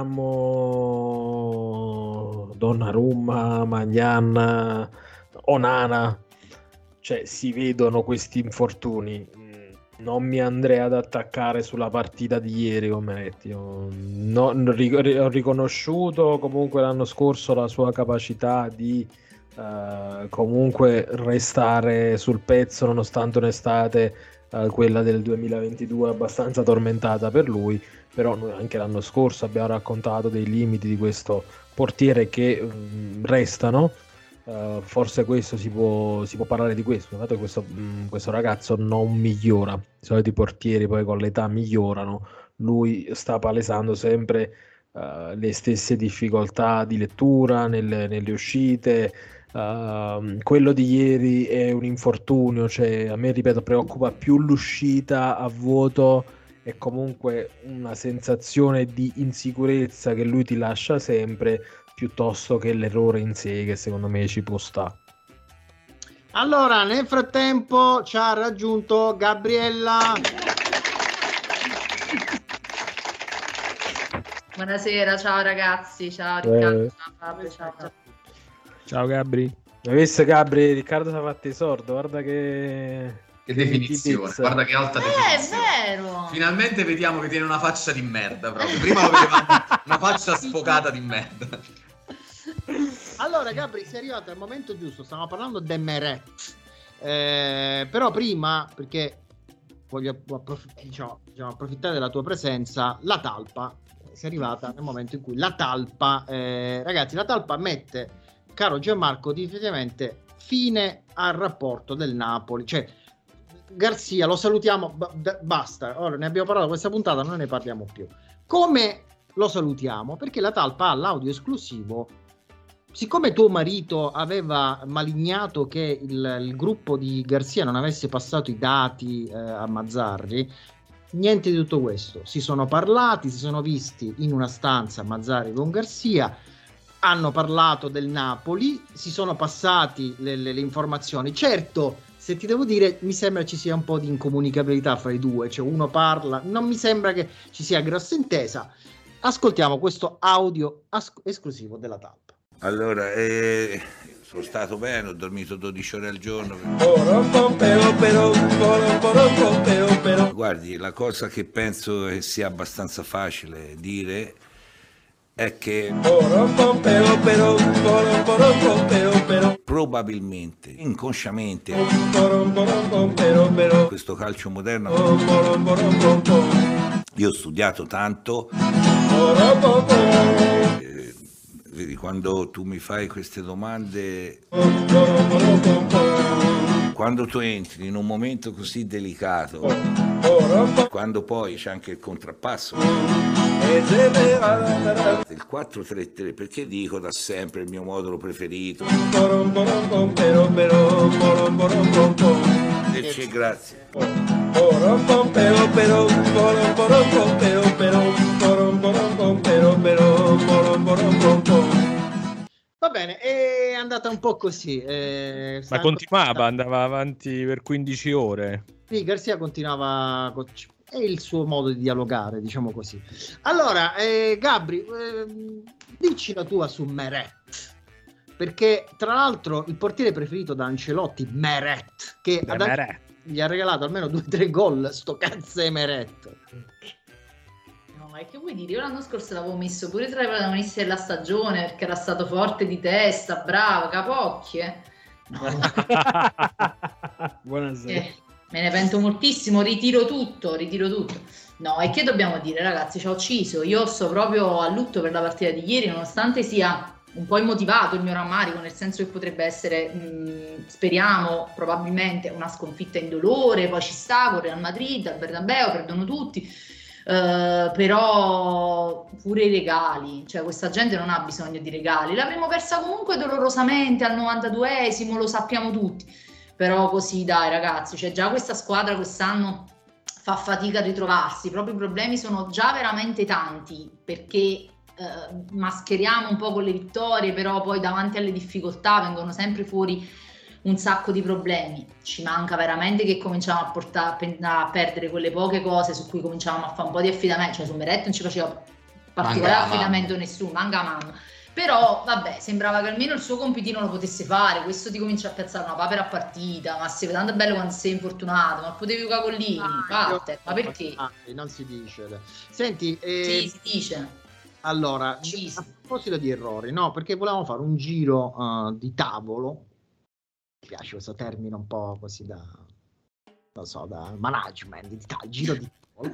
vediamo Donnarumma, Magnan, Onana, cioè si vedono questi infortuni. Non mi andrei ad attaccare sulla partita di ieri con Menetti. Ho, no, ho riconosciuto comunque l'anno scorso la sua capacità di uh, comunque restare sul pezzo nonostante un'estate uh, quella del duemilaventidue abbastanza tormentata per lui. Però noi anche l'anno scorso abbiamo raccontato dei limiti di questo portiere che um, restano. Uh, forse questo si può, si può parlare di questo. Infatti questo, mh, questo ragazzo non migliora. I soliti portieri poi con l'età migliorano. Lui sta palesando sempre uh, le stesse difficoltà di lettura nelle, nelle uscite. Uh, quello di ieri è un infortunio, cioè a me, ripeto, preoccupa più l'uscita a vuoto e comunque una sensazione di insicurezza che lui ti lascia sempre, piuttosto che l'errore in sé, che secondo me ci può stare. Allora, nel frattempo ci ha raggiunto Gabriella. Buonasera, ciao ragazzi, ciao Riccardo, Eh. ciao Fabio, ciao. Ciao Gabri. Hai visto Gabri? Riccardo si è fatto sordo, guarda che... Che definizione, guarda che alta Eh, definizione. è vero. Finalmente vediamo che tiene una faccia di merda proprio. Prima lo vedevamo una faccia sfocata di merda. Allora Gabri, sei arrivato al momento giusto, stiamo parlando di Meret. Eh, però prima, perché voglio approf- diciamo, diciamo, approfittare della tua presenza, la talpa, sei arrivata nel momento in cui la talpa, eh, ragazzi, la talpa mette, caro Gianmarco, definitivamente fine al rapporto del Napoli, cioè Garzia lo salutiamo, b- basta, ora ne abbiamo parlato questa puntata, non ne parliamo più. Come lo salutiamo? Perché la talpa ha l'audio esclusivo. Siccome tuo marito aveva malignato che il, il gruppo di Garzia non avesse passato i dati eh, a Mazzarri, niente di tutto questo. Si sono parlati, si sono visti in una stanza Mazzarri con Garzia, hanno parlato del Napoli, si sono passati le, le, le informazioni. Certo, se ti devo dire, mi sembra ci sia un po' di incomunicabilità fra i due, cioè uno parla, non mi sembra che ci sia grossa intesa. Ascoltiamo questo audio as- esclusivo della talpa. Allora, eh, sono stato bene, ho dormito dodici ore al giorno. Guardi, la cosa che penso che sia abbastanza facile dire è che probabilmente, inconsciamente, questo calcio moderno, io ho studiato tanto. Vedi, quando tu mi fai queste domande, quando tu entri in un momento così delicato, quando poi c'è anche il contrappasso, il quattro tre tre, perché dico da sempre il mio modulo preferito, e c'è grazie. Va bene, è andata un po' così. Eh, Ma continuava, andava avanti per quindici ore. Sì, Garzia continuava, con... è il suo modo di dialogare, diciamo così. Allora, eh, Gabri, eh, dici la tua su Meret, perché tra l'altro il portiere preferito da Ancelotti, Meret, che ad Meret. gli ha regalato almeno due o tre gol, sto cazzo è Meret. No, ma che vuoi dire? Io l'anno scorso l'avevo messo pure tra i protagonisti della stagione perché era stato forte di testa, bravo, capocchie. No. Buonasera. Eh, me ne pento moltissimo, ritiro tutto, ritiro tutto. No, e che dobbiamo dire, ragazzi? Ci ha ucciso. Io sto proprio a lutto per la partita di ieri, nonostante sia un po' immotivato il mio rammarico, nel senso che potrebbe essere, mh, speriamo, probabilmente una sconfitta indolore, poi ci sta con Real Madrid, al Bernabeu, perdono tutti, uh, però pure i regali, cioè questa gente non ha bisogno di regali, l'avremmo persa comunque dolorosamente al novantaduesimo, lo sappiamo tutti, però così dai ragazzi, cioè già questa squadra quest'anno fa fatica a ritrovarsi, proprio i problemi sono già veramente tanti, perché Uh, mascheriamo un po' con le vittorie, però poi davanti alle difficoltà vengono sempre fuori un sacco di problemi. Ci manca veramente che cominciamo a, portare, a perdere quelle poche cose su cui cominciamo a fare un po' di affidamento, cioè su Meret non ci faceva particolare manca affidamento mamma. Nessuno, manca mamma. Però vabbè, sembrava che almeno il suo compitino lo potesse fare, questo ti comincia a piazzare una papera a partita, ma si vede tanto bello quando sei infortunato, ma potevi giocare con lì, ah, ma perché? Ah, non si dice. Senti, eh... sì, si dice. Allora, a proposito di errori, no, perché volevamo fare un giro uh, di tavolo, mi piace questo termine un po' così da, non so, da management, di ta- giro di tavolo.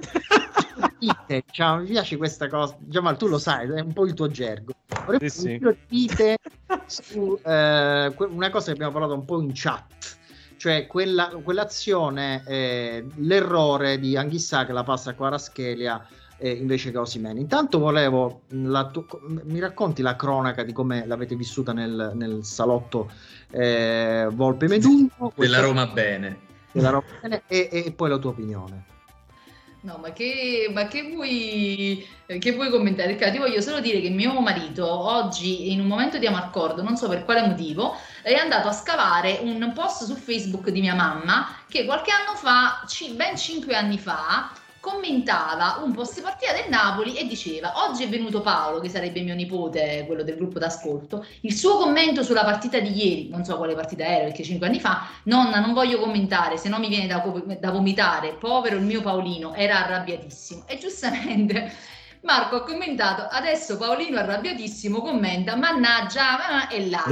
Cioè, mi piace questa cosa, Giamal, tu lo sai, è un po' il tuo gergo. Vorrei sì, un giro di te su eh, una cosa che abbiamo parlato un po' in chat, cioè quella, quell'azione, eh, l'errore di Anghissà che la passa a Kvaratskhelia Eh, invece che Osimhen. Intanto volevo la tu- mi racconti la cronaca di come l'avete vissuta nel, nel salotto eh, Volpe Medugno della Roma bene, della Roma bene e, e poi la tua opinione. No, ma che, ma che vuoi che vuoi commentare? Perché ti voglio solo dire che mio marito oggi, in un momento di amarcordo, non so per quale motivo, è andato a scavare un post su Facebook di mia mamma che qualche anno fa, ben cinque anni fa, commentava un post partita del Napoli e diceva: oggi è venuto Paolo, che sarebbe mio nipote, quello del gruppo d'ascolto, il suo commento sulla partita di ieri, non so quale partita era perché cinque anni fa, nonna non voglio commentare, se no mi viene da, da vomitare, povero il mio Paolino, era arrabbiatissimo. E giustamente Marco ha commentato: adesso Paolino arrabbiatissimo commenta mannaggia e là.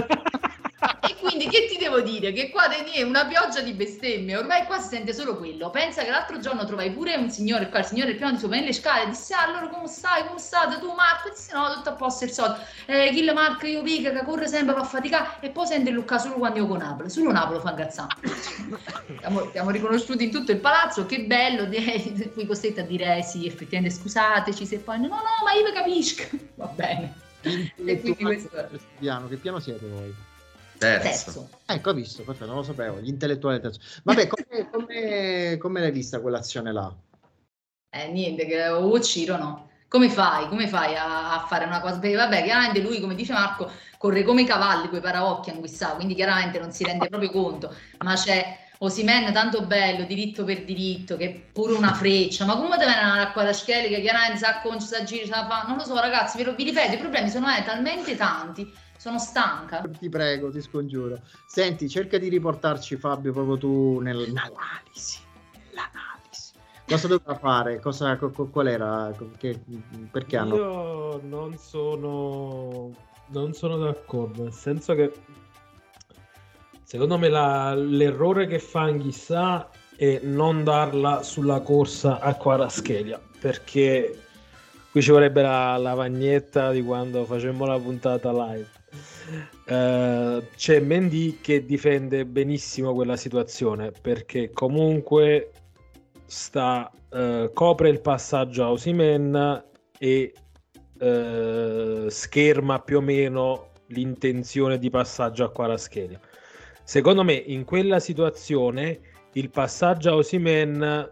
E quindi che ti devo dire? Che qua è una pioggia di bestemmie, ormai qua si sente solo quello. Pensa che l'altro giorno trovai pure un signore qua, il signore piano di sopra nelle scale, disse: ah, allora come stai? Come state tu Marco? E disse: no, tutto a posto il solito. Eh, chi la Marco io pica che corre sempre per faticare e poi sente Luca solo quando io con Napoli, solo Napoli fa ingazzare. siamo, siamo riconosciuti in tutto il palazzo, che bello, fui costretta a dire eh, sì, effettivamente scusateci se poi no, no, ma io vi capisco. Va bene. E quindi questo... piano, che piano siete voi? Terzo. Terzo. Ecco, ho visto, perfetto, non lo sapevo, gli intellettuali terzo. Vabbè, come, come, come l'hai vista quell'azione là? Eh, niente, che oh, Ciro no. Come fai? Come fai a, a fare una cosa? Perché vabbè, chiaramente lui, come dice Marco, corre come i cavalli, quei paraocchi anguissati, quindi chiaramente non si rende proprio conto, ma c'è Osimhen tanto bello, diritto per diritto, che è pure una freccia, ma come deve andare a Kvaratskhelia che chiaramente sa conci, sa giri, sa fa, non lo so ragazzi, ve lo, vi ripeto, i problemi sono eh, talmente tanti. Sono stanca. Ti prego, ti scongiuro. Senti, cerca di riportarci, Fabio, proprio tu nell'analisi. Nell'analisi. Cosa doveva fare? Cosa, qual era? Che, perché hanno... Io non sono, non sono d'accordo, nel senso che secondo me la, l'errore che fa Anghissà è non darla sulla corsa a Kvaratskhelia, perché qui ci vorrebbe la lavagnetta di quando facemmo la puntata live. Uh, c'è Mendy che difende benissimo quella situazione, perché comunque sta uh, copre il passaggio a Osimhen e uh, scherma più o meno l'intenzione di passaggio a Kvaratskhelia. Secondo me in quella situazione il passaggio a Osimhen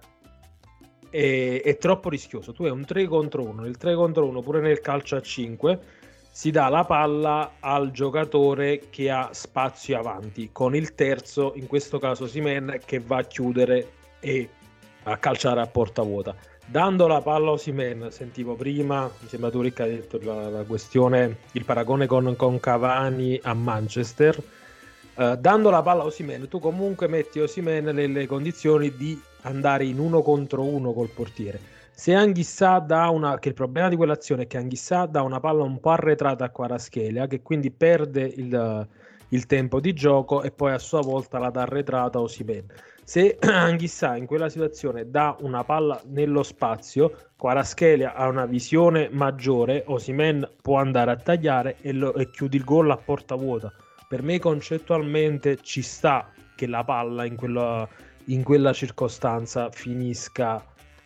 è, è troppo rischioso. Tu hai un tre contro uno, il tre contro uno pure nel calcio a cinque si dà la palla al giocatore che ha spazio avanti, con il terzo, in questo caso Osimhen, che va a chiudere e a calciare a porta vuota. Dando la palla a Osimhen, sentivo prima, mi sembra tu Ricca hai detto la, la questione, il paragone con, con Cavani a Manchester, uh, dando la palla a Osimhen, tu comunque metti Osimhen nelle condizioni di andare in uno contro uno col portiere. Se Anghissà dà una, che il problema di quell'azione è che Anghissà dà una palla un po' arretrata a Kvaratskhelia, che quindi perde il, il tempo di gioco e poi a sua volta la dà arretrata a Osimhen. Se Anghissà in quella situazione dà una palla nello spazio, Kvaratskhelia ha una visione maggiore, Osimhen può andare a tagliare e, lo, e chiudi il gol a porta vuota. Per me concettualmente ci sta che la palla in quella, in quella circostanza finisca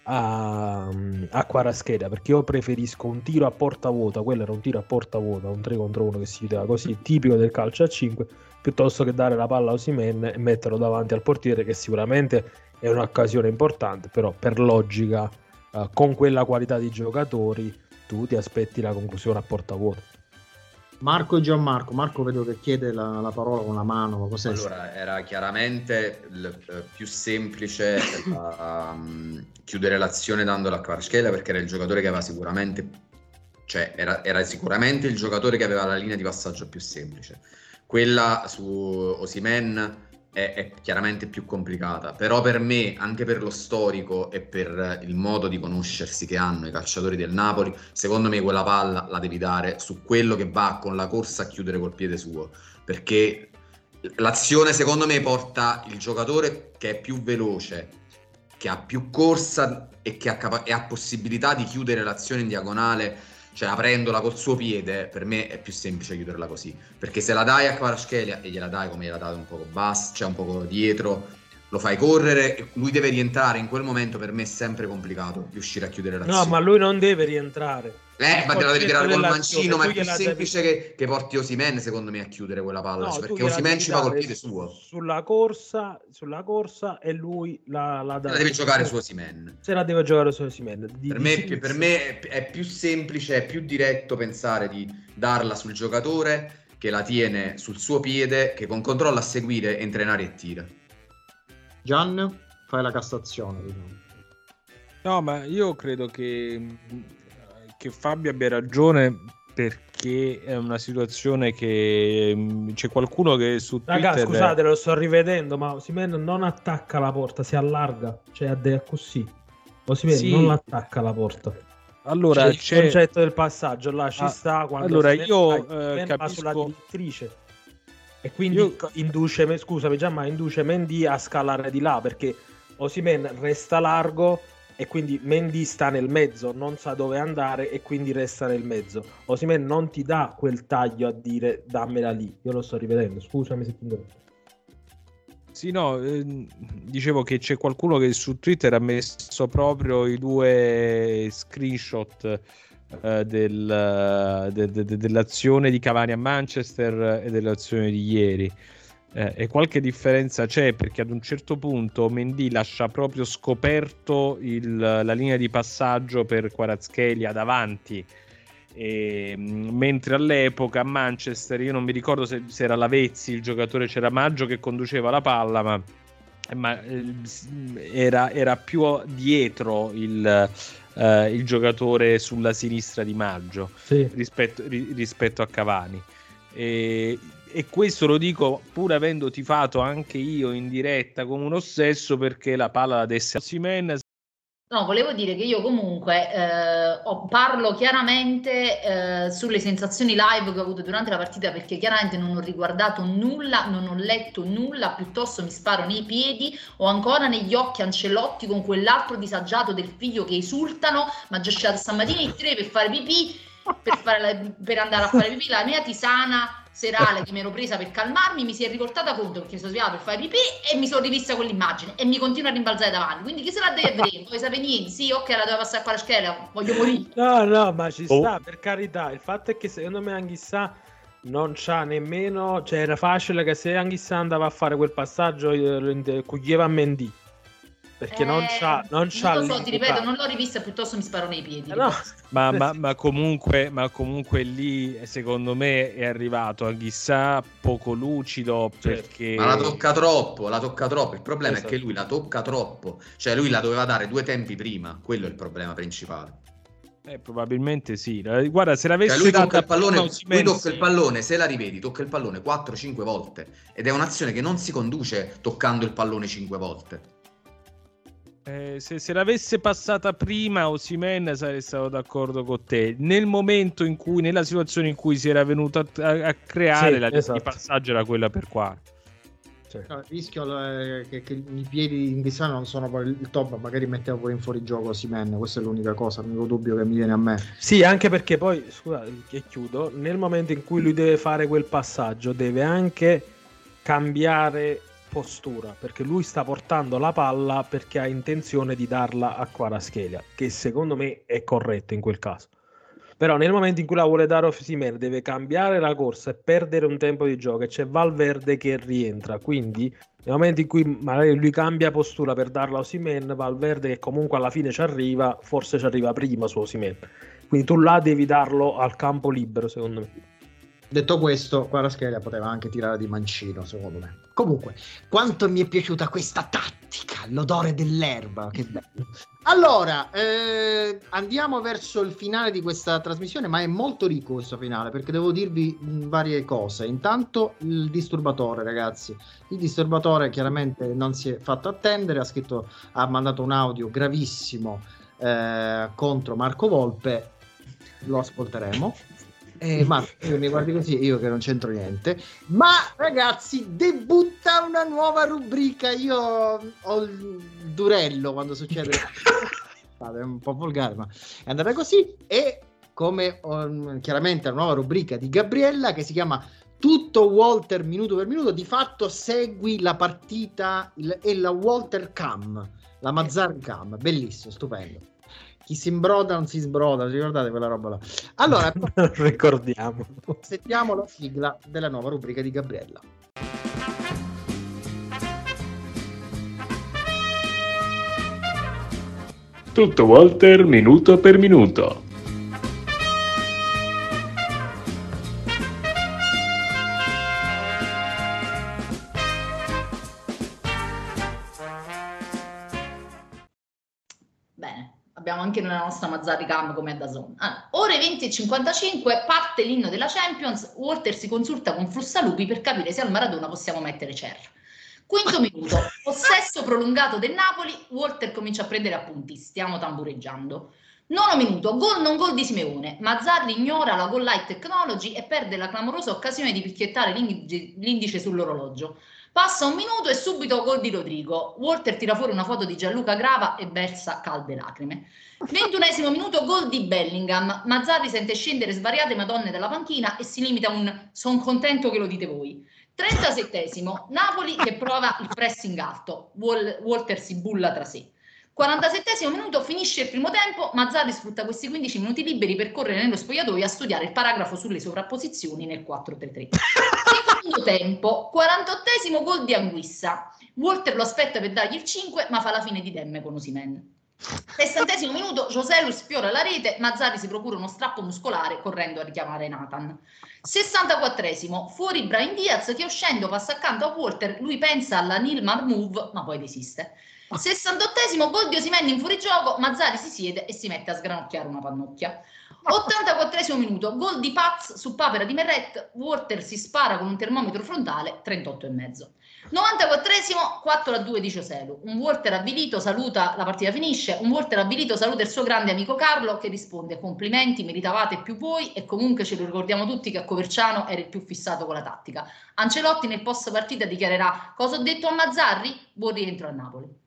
a, a Kvaratskhelia, perché io preferisco un tiro a porta vuota, quello era un tiro a porta vuota, un tre contro uno che si chiudeva così, tipico del calcio a cinque, piuttosto che dare la palla a Osimhen e metterlo davanti al portiere, che sicuramente è un'occasione importante, però per logica uh, con quella qualità di giocatori tu ti aspetti la conclusione a porta vuota. Marco e Gianmarco, Marco vedo che chiede la, la parola con la mano. Cos'è? Allora, era chiaramente il, eh, più semplice um, chiudere l'azione dandola a Kvaratskhelia, perché era il giocatore che aveva sicuramente, cioè era, era sicuramente il giocatore che aveva la linea di passaggio più semplice. Quella su Osimhen è, è chiaramente più complicata, però per me, anche per lo storico e per il modo di conoscersi che hanno i calciatori del Napoli, secondo me quella palla la devi dare su quello che va con la corsa a chiudere col piede suo, perché l'azione secondo me porta il giocatore che è più veloce, che ha più corsa e che ha, capa- e ha possibilità di chiudere l'azione in diagonale, cioè aprendola col suo piede. Per me è più semplice chiuderla così, perché se la dai a Kvaratskhelia e gliela dai come gliela dai un poco basso, cioè un poco dietro, lo fai correre, lui deve rientrare, in quel momento per me è sempre complicato riuscire a chiudere l'azione. No, ma lui non deve rientrare. Eh, ma te la devi tirare col mancino, ma è più semplice devi... che, che porti Osimhen secondo me a chiudere quella palla, no, cioè, perché Osimhen ci va col piede suo. Sulla corsa, sulla corsa e lui la, la, la deve giocare su Osimhen. Se la deve giocare su Osimhen. Di, per, di me, più, per me è più semplice, è più diretto pensare di darla sul giocatore che la tiene sul suo piede, che con controllo a seguire entra in aria e tira. Gian, fai la Cassazione, diciamo. No, ma io credo che, che Fabio abbia ragione, perché è una situazione che c'è qualcuno che su Twitter... Raga, scusate, lo sto rivedendo, ma Osimhen non attacca la porta, si allarga, cioè a de- così. Osimhen sì. non attacca la porta. Allora, c'è il c'è... concetto del passaggio, là ci ah, sta quando allora io eh, capisco... sulla direttrice. E quindi io... induce, scusami già, ma induce Mendy a scalare di là, perché Osimhen resta largo e quindi Mendy sta nel mezzo, non sa dove andare e quindi resta nel mezzo. Osimhen non ti dà quel taglio a dire dammela lì. Io lo sto rivedendo, scusami se ti interrompo. Sì, no, eh, dicevo che c'è qualcuno che su Twitter ha messo proprio i due screenshot eh, del, de, de, de, dell'azione di Cavani a Manchester e dell'azione di ieri. Eh, e qualche differenza c'è, perché ad un certo punto Mendy lascia proprio scoperto il, la linea di passaggio per Kvaratskhelia davanti, e, mentre all'epoca a Manchester, io non mi ricordo se, se era Lavezzi il giocatore, c'era Maggio che conduceva la palla, ma, ma eh, era, era più dietro il, eh, il giocatore sulla sinistra di Maggio, sì, rispetto, ri, rispetto a Cavani. E, e questo lo dico pur avendo tifato anche io in diretta come un ossesso perché la palla la desse a Osimhen. No, volevo dire che io comunque eh, ho, parlo chiaramente eh, sulle sensazioni live che ho avuto durante la partita, perché chiaramente non ho riguardato nulla, non ho letto nulla, piuttosto mi sparo nei piedi, ho ancora negli occhi Ancelotti con quell'altro disagiato del figlio che esultano, ma già scegliato stamattina in tre per fare pipì, per, fare la, per andare a fare pipì, la mia tisana serale che mi ero presa per calmarmi mi si è riportata contro, perché sono svegliata per fare pipì e mi sono rivista quell'immagine e mi continua a rimbalzare davanti, quindi chi se la deve vedere? Non vuoi sapere niente? Sì, ok, la devo passare a fare scheda, voglio morire. No, no, ma ci oh. sta, per carità. Il fatto è che secondo me Anghissà non c'ha nemmeno, cioè era facile che se Anghissà andava a fare quel passaggio eh, coglieva a Mendy, perché eh, non c'ha non, c'ha non lo so, ti ripeto, non l'ho rivista, piuttosto mi sparo nei piedi. No. Ma, ma, ma comunque ma comunque lì secondo me è arrivato Anghissà poco lucido, perché ma la tocca troppo, la tocca troppo. Il problema esatto. è che lui la tocca troppo, cioè lui la doveva dare due tempi prima, quello è il problema principale. Eh, probabilmente sì. Guarda, se l'avesse cioè lui tocca il pallone, lui tocca il pallone, se la rivedi, tocca il pallone quattro cinque volte ed è un'azione che non si conduce toccando il pallone cinque volte. Eh, se, se l'avesse passata prima Osimhen sarei stato d'accordo con te. Nel momento in cui, nella situazione in cui si era venuto a, a, a creare, sì, la linea esatto. di passaggio era quella per qua. Cioè. No, il rischio è che, che i piedi in Ghissano non sono poi il top, magari mettevo pure in fuorigioco Osimhen, questa è l'unica cosa, l'unico dubbio che mi viene a me. Sì, anche perché poi, scusa, che chiudo, nel momento in cui lui deve fare quel passaggio deve anche cambiare postura, perché lui sta portando la palla perché ha intenzione di darla a Kvaratskhelia, che secondo me è corretto in quel caso. Però nel momento in cui la vuole dare Osimhen deve cambiare la corsa e perdere un tempo di gioco, e c'è Valverde che rientra, quindi nel momento in cui magari lui cambia postura per darla a Osimhen, Valverde che comunque alla fine ci arriva, forse ci arriva prima su Osimhen, quindi tu là devi darlo al campo libero, secondo me. Detto questo, Kvaratskhelia poteva anche tirare di mancino, secondo me. Comunque, quanto mi è piaciuta questa tattica, l'odore dell'erba, che bello. Allora, eh, andiamo verso il finale di questa trasmissione, ma è molto ricco questo finale, perché devo dirvi mh, varie cose. Intanto il disturbatore, ragazzi. Il disturbatore chiaramente non si è fatto attendere, ha scritto, ha mandato un audio gravissimo eh, contro Marco Volpe, lo ascolteremo. Eh, ma io mi guardi così, io che non c'entro niente. Ma ragazzi, debutta una nuova rubrica. Io ho il durello quando succede. È un po' volgare, ma è andata così. E come um, chiaramente la nuova rubrica di Gabriella che si chiama Tutto Walter minuto per minuto. Di fatto segui la partita il, e la Walter Cam, la Mazzarri Cam, bellissimo, stupendo. Chi si imbroda non si sbroda, ricordate quella roba là? Allora, ricordiamo. Sentiamo la sigla della nuova rubrica di Gabriella. Tutto Walter minuto per minuto. bene. Abbiamo anche nella nostra Mazzarri Cam come è da zone. Allora, ore venti e cinquantacinque, parte l'inno della Champions, Walter si consulta con Frussalupi per capire se al Maradona possiamo mettere Cer. Quinto minuto, possesso prolungato del Napoli, Walter comincia a prendere appunti, stiamo tambureggiando. Nono minuto, gol non gol di Simeone, Mazzarri ignora la goal light technology e perde la clamorosa occasione di picchiettare l'indice, l'indice sull'orologio. Passa un minuto e subito gol di Rodrigo. Walter tira fuori una foto di Gianluca Grava e versa calde lacrime. ventunesimo minuto, gol di Bellingham. Mazzarri sente scendere svariate madonne dalla panchina e si limita a un "son contento che lo dite voi". trentasettesimo, Napoli che prova il pressing alto. Wal- Walter si bulla tra sé. quarantasettesimo minuto, finisce il primo tempo. Mazzarri sfrutta questi quindici minuti liberi per correre nello spogliatoio a studiare il paragrafo sulle sovrapposizioni nel quattro tre tre. Secondo tempo, quarantottesimo, gol di Anguissa. Walter lo aspetta per dargli il cinque, ma fa la fine di Demme con Osimhen. sessantesimo minuto, Joselu sfiora la rete, Mazzarri si procura uno strappo muscolare correndo a richiamare Nathan. sessantaquattresimo, fuori Brahim Diaz che uscendo passa accanto a Walter, lui pensa alla Nilmar move, ma poi desiste. sessantottesimo, gol di Osimhen in fuorigioco, Mazzarri si siede e si mette a sgranocchiare una pannocchia. ottantaquattresimo minuto, gol di Paz su papera di Merret, Walter si spara con un termometro frontale, trentotto e mezzo. novantaquattresimo, quattro a due di Joselu, un Walter avvilito saluta, la partita finisce, un Walter avvilito saluta il suo grande amico Carlo che risponde: complimenti, meritavate più voi e comunque ce lo ricordiamo tutti che a Coverciano era il più fissato con la tattica. Ancelotti nel post partita dichiarerà: cosa ho detto a Mazzarri? Buon rientro a Napoli.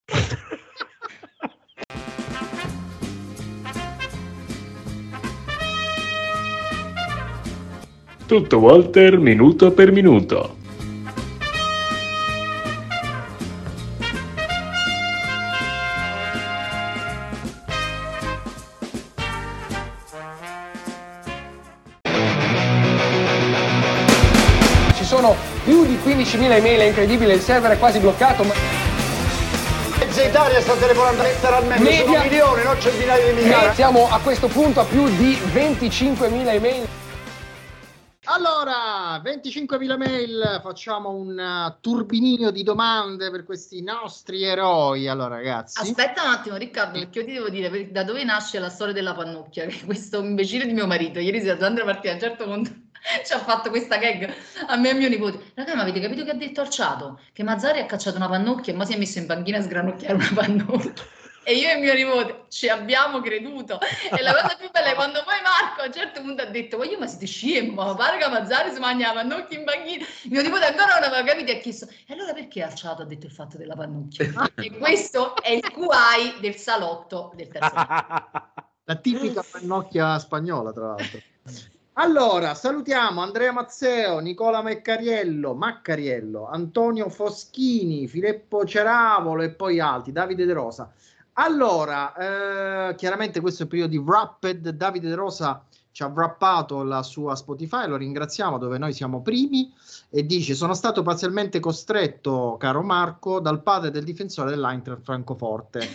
Tutto Walter minuto per minuto. Ci sono più di quindicimila email, è incredibile, il server è quasi bloccato. Ma... Mezza Italia sta telefonando letteralmente, Media... sono milioni, non centinaia di migliaia. Siamo a questo punto a più di venticinquemila email. Allora, venticinquemila mail, facciamo un uh, turbinio di domande per questi nostri eroi. Allora, ragazzi. Aspetta un attimo, Riccardo, perché io ti devo dire da dove nasce la storia della pannocchia. Che questo imbecille di mio marito, ieri sera durante la partita, a un certo punto ci ha fatto questa gag a me e a mio nipote. Raga, ma avete capito che ha detto Alciato? Che Mazzarri ha cacciato una pannocchia e ma si è messo in panchina a sgranocchiare una pannocchia. E io e mio nipote ci abbiamo creduto. E la cosa più bella è quando poi Marco a un certo punto ha detto: ma io ma siete scemo, ma pare che Mazzarri si mangia la pannocchia in panchina. Mio nipote ancora non aveva capito e ha chiesto: e allora perché Alciato ha detto il fatto della pannocchia? E questo è il Q I del salotto del terzo anno. La tipica pannocchia spagnola, tra l'altro. Allora, salutiamo Andrea Mazzeo, Nicola Meccariello, Maccariello, Antonio Foschini, Filippo Ceravolo e poi altri, Davide De Rosa. Allora, eh, chiaramente questo è il periodo di Wrapped. Davide De Rosa ci ha wrappato la sua Spotify, lo ringraziamo, dove noi siamo primi, e dice: sono stato parzialmente costretto, caro Marco, dal padre del difensore dell'Eintracht Francoforte.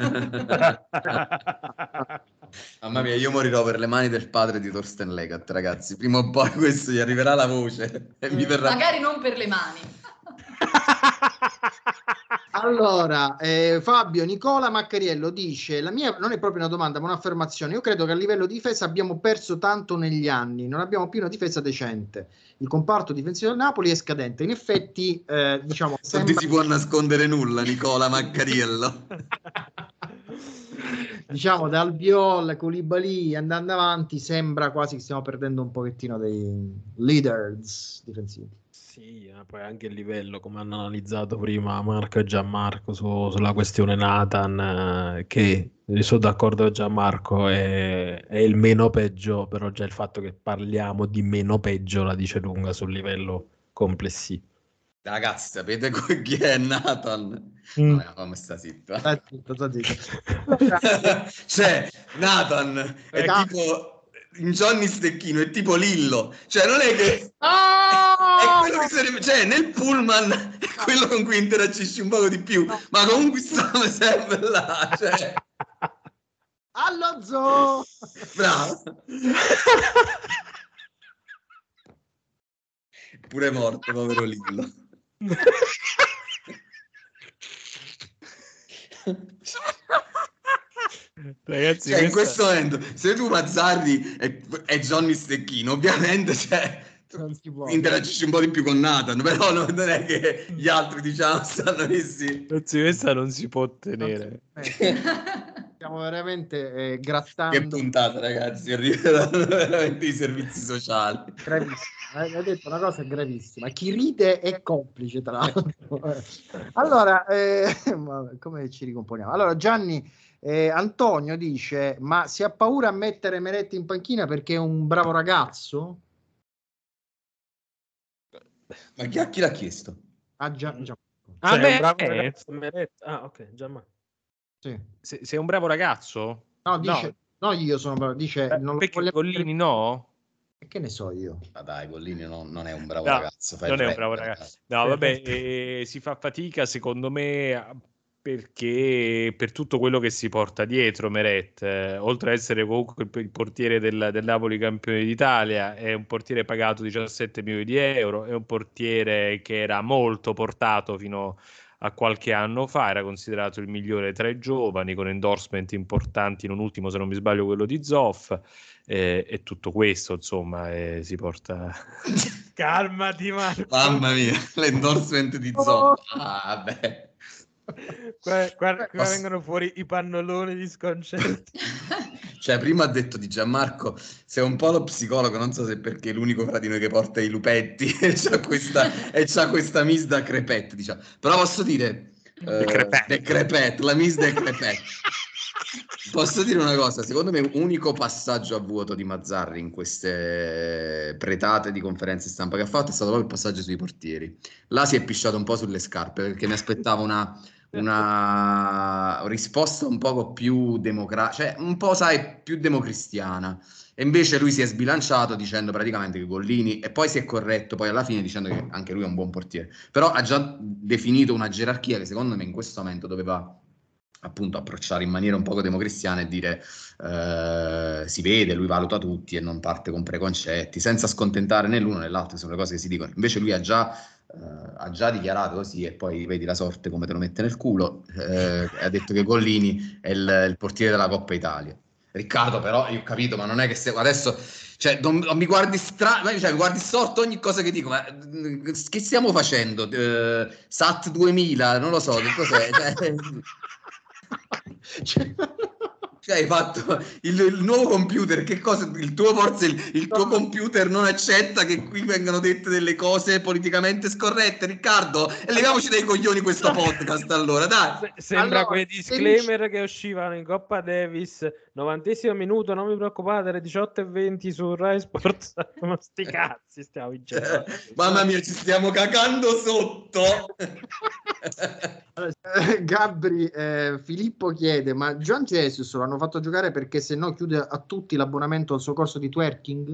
Mamma mia, io morirò per le mani del padre di Thorsten Legat, ragazzi. Prima o poi questo gli arriverà la voce e mi verrà... Magari non per le mani. Allora, eh, Fabio Nicola Maccariello dice: la mia non è proprio una domanda ma un'affermazione. Io credo che a livello di difesa abbiamo perso tanto negli anni, non abbiamo più una difesa decente, il comparto difensivo del Napoli è scadente. In effetti, eh, diciamo, sembra... non ti si può nascondere nulla, Nicola Maccariello. Diciamo, da Albiol, Koulibaly andando avanti sembra quasi che stiamo perdendo un pochettino dei leaders difensivi. Sì, poi anche il livello, come hanno analizzato prima Marco e Gianmarco su, sulla questione Nathan, eh, che sono d'accordo con Gianmarco, è, è il meno peggio, però già il fatto che parliamo di meno peggio la dice lunga sul livello complessivo. Ragazzi, sapete chi è Nathan? Mm. No, come sta zitto. Sta zitto, sta zitto. Cioè, Nathan è Esatto. tipo Johnny Stecchino, è tipo Lillo. Cioè, non è che... Oh! È quello che sarebbe... Cioè, nel pullman è quello con cui interagisci un poco di più, ma comunque stiamo sempre là, cioè... Allo zoo! Bravo! Pure morto, povero Lillo. Ragazzi, cioè, in questa- questo momento, se tu Mazzarri e, e Johnny Stecchino, ovviamente cioè, Non si può. interagisci un po' di più con Nathan, però non non è che gli altri, diciamo, stanno messi. Ragazzi, questa non si può tenere. Stiamo veramente eh, Che grattando. puntata, ragazzi, arriveranno veramente i servizi sociali. Gravissima, eh, hai detto una cosa gravissima. Chi ride è complice, tra l'altro. Allora, eh, vabbè, come ci ricomponiamo? Allora, Gianni, eh, Antonio dice: ma si ha paura a mettere Meret in panchina perché è un bravo ragazzo? Ma chi, a chi l'ha chiesto? Ah, già, già. A Cioè, me- un bravo eh. ragazzo Meret- Ah, ok, Gianma. Sì. Se- sei un bravo ragazzo? No, dice, no, io sono bravo, dice, Eh, non lo perché voglio Gollini no? E che ne so io? Ma dai, Gollini non, non è un bravo No, ragazzo. fai il non è un rapper, bravo ragazzo. No, vabbè, eh, si fa fatica secondo me perché per tutto quello che si porta dietro Meret, eh, oltre ad essere comunque il, il portiere del, del Napoli campione d'Italia, è un portiere pagato diciassette milioni di euro, è un portiere che era molto portato fino a qualche anno fa, era considerato il migliore tra i giovani, con endorsement importanti, non ultimo se non mi sbaglio quello di Zoff, eh, e tutto questo insomma eh, si porta... Calmati, Marco. Mamma mia, l'endorsement di Zoff. Ah, vabbè. Qua, qua- qua Posso- vengono fuori i pannoloni di sconcerti. Cioè, prima ha detto di Gianmarco, sei un po' lo psicologo, non so se perché è l'unico fra di noi che porta i lupetti e c'ha questa, e c'ha questa Miss da crepette, diciamo. Però posso dire... eh, crepette. de crepette, la Miss de crepette. Posso dire una cosa, secondo me unico passaggio a vuoto di Mazzarri in queste pretate di conferenze stampa che ha fatto è stato proprio il passaggio sui portieri. Là si è pisciato un po' sulle scarpe perché mi aspettavo una, una risposta un poco più democratica, cioè un po', sai, più democristiana. E invece lui si è sbilanciato dicendo praticamente che Gollini, e poi si è corretto poi alla fine dicendo che anche lui è un buon portiere. Però ha già definito una gerarchia che secondo me in questo momento doveva appunto approcciare in maniera un poco democristiana e dire eh, si vede, lui valuta tutti e non parte con preconcetti, senza scontentare né l'uno né l'altro, sono le cose che si dicono. Invece lui ha già, eh, ha già dichiarato così, e poi vedi la sorte come te lo mette nel culo, eh, ha detto che Gollini è il, il portiere della Coppa Italia. Riccardo, però, io ho capito, ma non è che se adesso, cioè, non, non mi guardi strano, cioè, mi guardi storto ogni cosa che dico, ma mm, che stiamo facendo? Eh, S A T duemila, non lo so, che cos'è? Cioè, cioè, hai fatto il, il nuovo computer, che cosa? Il tuo forse il, il tuo computer non accetta che qui vengano dette delle cose politicamente scorrette, Riccardo, e leviamoci dai coglioni questo podcast allora, dai. Se- Sembra Allora, quei se disclaimer che uscivano in Coppa Davis, novantesimo minuto, non vi preoccupate, alle diciotto e venti su Rai Sport. Ma sti cazzi stiamo vincendo. Mamma mia, ci stiamo cagando sotto. Allora, eh, Gabri, eh, Filippo chiede: ma John Jesus l'hanno fatto giocare perché se no chiude a tutti l'abbonamento al suo corso di twerking?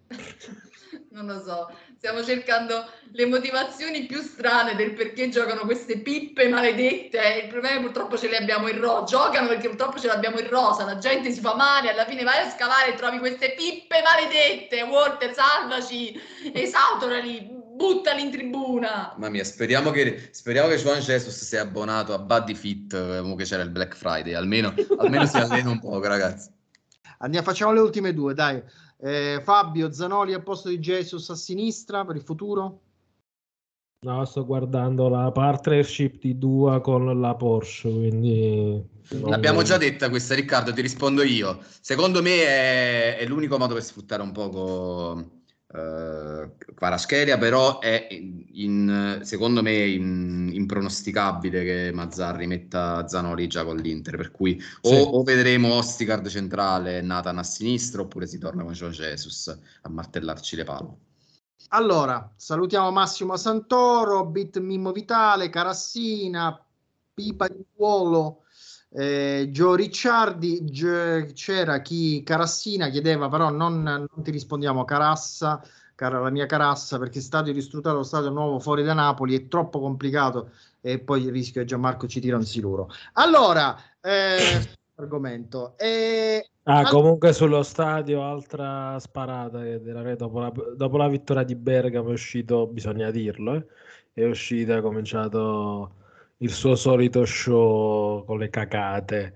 Non lo so, stiamo cercando le motivazioni più strane del perché giocano queste pippe maledette. Il problema è che purtroppo ce le abbiamo in rosa. Giocano perché purtroppo ce l'abbiamo in rosa. La gente si fa male, alla fine vai a scavare e trovi queste pippe maledette. Walter, salvaci, esautorali, buttali in tribuna. Mamma mia, speriamo che, speriamo che Juan Jesus sia abbonato a Buddy Fit, eh, che c'era il Black Friday, almeno, almeno si allena un po', ragazzi. Andiamo, facciamo le ultime due, dai. Eh, Fabio, Zanoli al posto di Jesus a sinistra per il futuro? No, sto guardando la partnership di Dua con la Porsche, quindi... non- L'abbiamo già detta questa, Riccardo, ti rispondo io. Secondo me è, è l'unico modo per sfruttare un poco eh, Kvaratskhelia, però è in, secondo me in, impronosticabile che Mazzarri metta Zanoli già con l'Inter, per cui o, Sì. o vedremo Ostigard centrale e Nathan a sinistra, oppure si torna con John Jesus a martellarci le palle. Allora, salutiamo Massimo Santoro, Bit Mimmo Vitale, Carassina, Pipa di Puolo, eh, Gio Ricciardi. G- c'era chi Carassina chiedeva, però non, non ti rispondiamo, Carassa, cara la mia Carassa, perché stadio ristrutturato, stadio nuovo fuori da Napoli è troppo complicato e poi il rischio che Gianmarco ci tira un siluro. Allora, eh, argomento. E Ah, al- comunque sullo stadio, altra sparata che direi dopo la, dopo la vittoria di Bergamo è uscito, bisogna dirlo, eh, è uscito, ha cominciato il suo solito show con le cacate,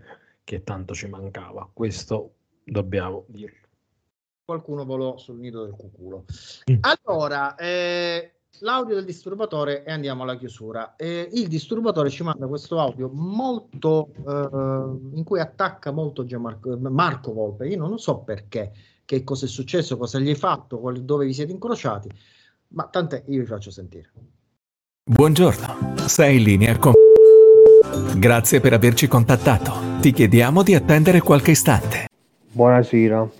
che tanto ci mancava, questo dobbiamo dirlo. Qualcuno volò sul nido del cuculo. Allora, eh, l'audio del disturbatore e andiamo alla chiusura. Eh, il disturbatore ci manda questo audio molto eh, in cui attacca molto Gianmarco, Marco Volpe. Io non so perché, che cosa è successo, cosa gli hai fatto, quali, dove vi siete incrociati, ma tant'è, io vi faccio sentire. Buongiorno, sei in linea con... Grazie per averci contattato. Ti chiediamo di attendere qualche istante. Buonasera.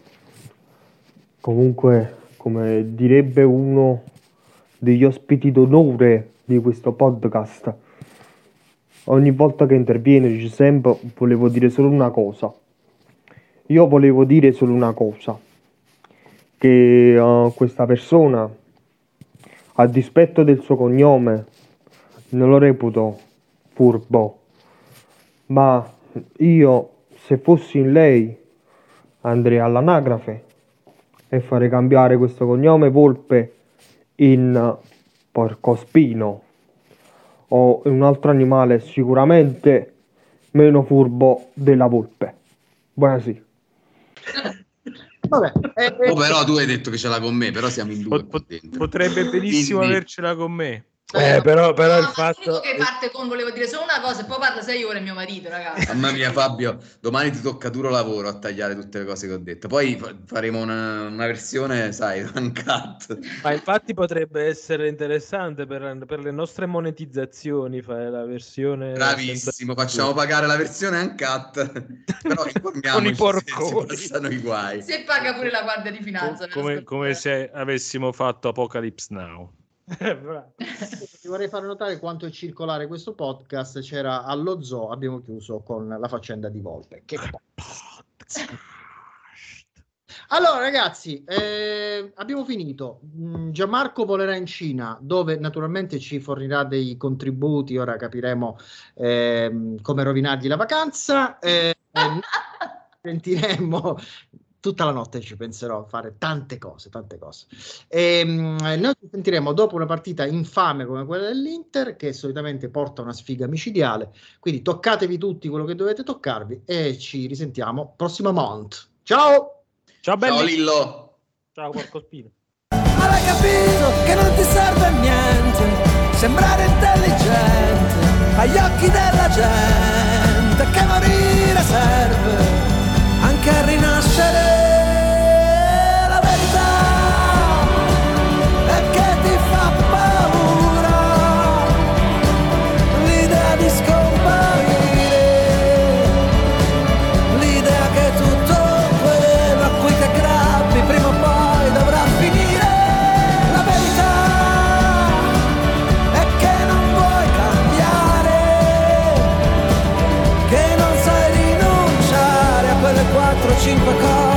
Comunque, come direbbe uno degli ospiti d'onore di questo podcast, ogni volta che interviene dice sempre volevo dire solo una cosa. Io volevo dire solo una cosa, che uh, questa persona, a dispetto del suo cognome, non lo reputo furbo, ma io, se fossi in lei, andrei all'anagrafe e farei cambiare questo cognome Volpe in porcospino o un altro animale sicuramente meno furbo della volpe. Buonasera. Vabbè, eh, eh, oh, però tu hai detto che ce l'ha con me, però siamo in due. Pot- potrebbe benissimo Quindi... avercela con me. Eh, però, però no, il fatto che parte con volevo dire solo una cosa e poi parla sei ore mio marito, ragazzi. Mamma mia Fabio, domani ti tocca duro lavoro a tagliare tutte le cose che ho detto, poi fa- faremo una, una versione, sai, uncut. Ma infatti potrebbe essere interessante per, per le nostre monetizzazioni fare la versione Bravissimo, facciamo pagare la versione uncut, però con i informiamoci se si passano i guai. Se paga pure la guardia di finanza. Come, come se avessimo fatto Apocalypse Now. Ti vorrei fare notare quanto è circolare questo podcast. C'era allo zoo, abbiamo chiuso con la faccenda di Volpe. Che allora ragazzi, eh, abbiamo finito. Gianmarco volerà in Cina, dove naturalmente ci fornirà dei contributi. Ora capiremo eh, come rovinargli la vacanza. Eh, sentiremo tutta la notte, ci penserò a fare tante cose, tante cose. E, noi ci sentiremo dopo una partita infame come quella dell'Inter, che solitamente porta una sfiga micidiale. Quindi toccatevi tutti quello che dovete toccarvi e ci risentiamo prossimo month. Ciao! Ciao belli! Ciao Lillo! Ciao Porcospino! Ma hai capito che non ti serve a niente sembrare intelligente agli occhi della gente, che morire serve anche a rinascere. La verità è che ti fa paura l'idea di scomparire, l'idea che tutto quello a cui ti aggrappi prima o poi dovrà finire. La verità è che non vuoi cambiare, che non sai rinunciare a quelle quattro cinque cose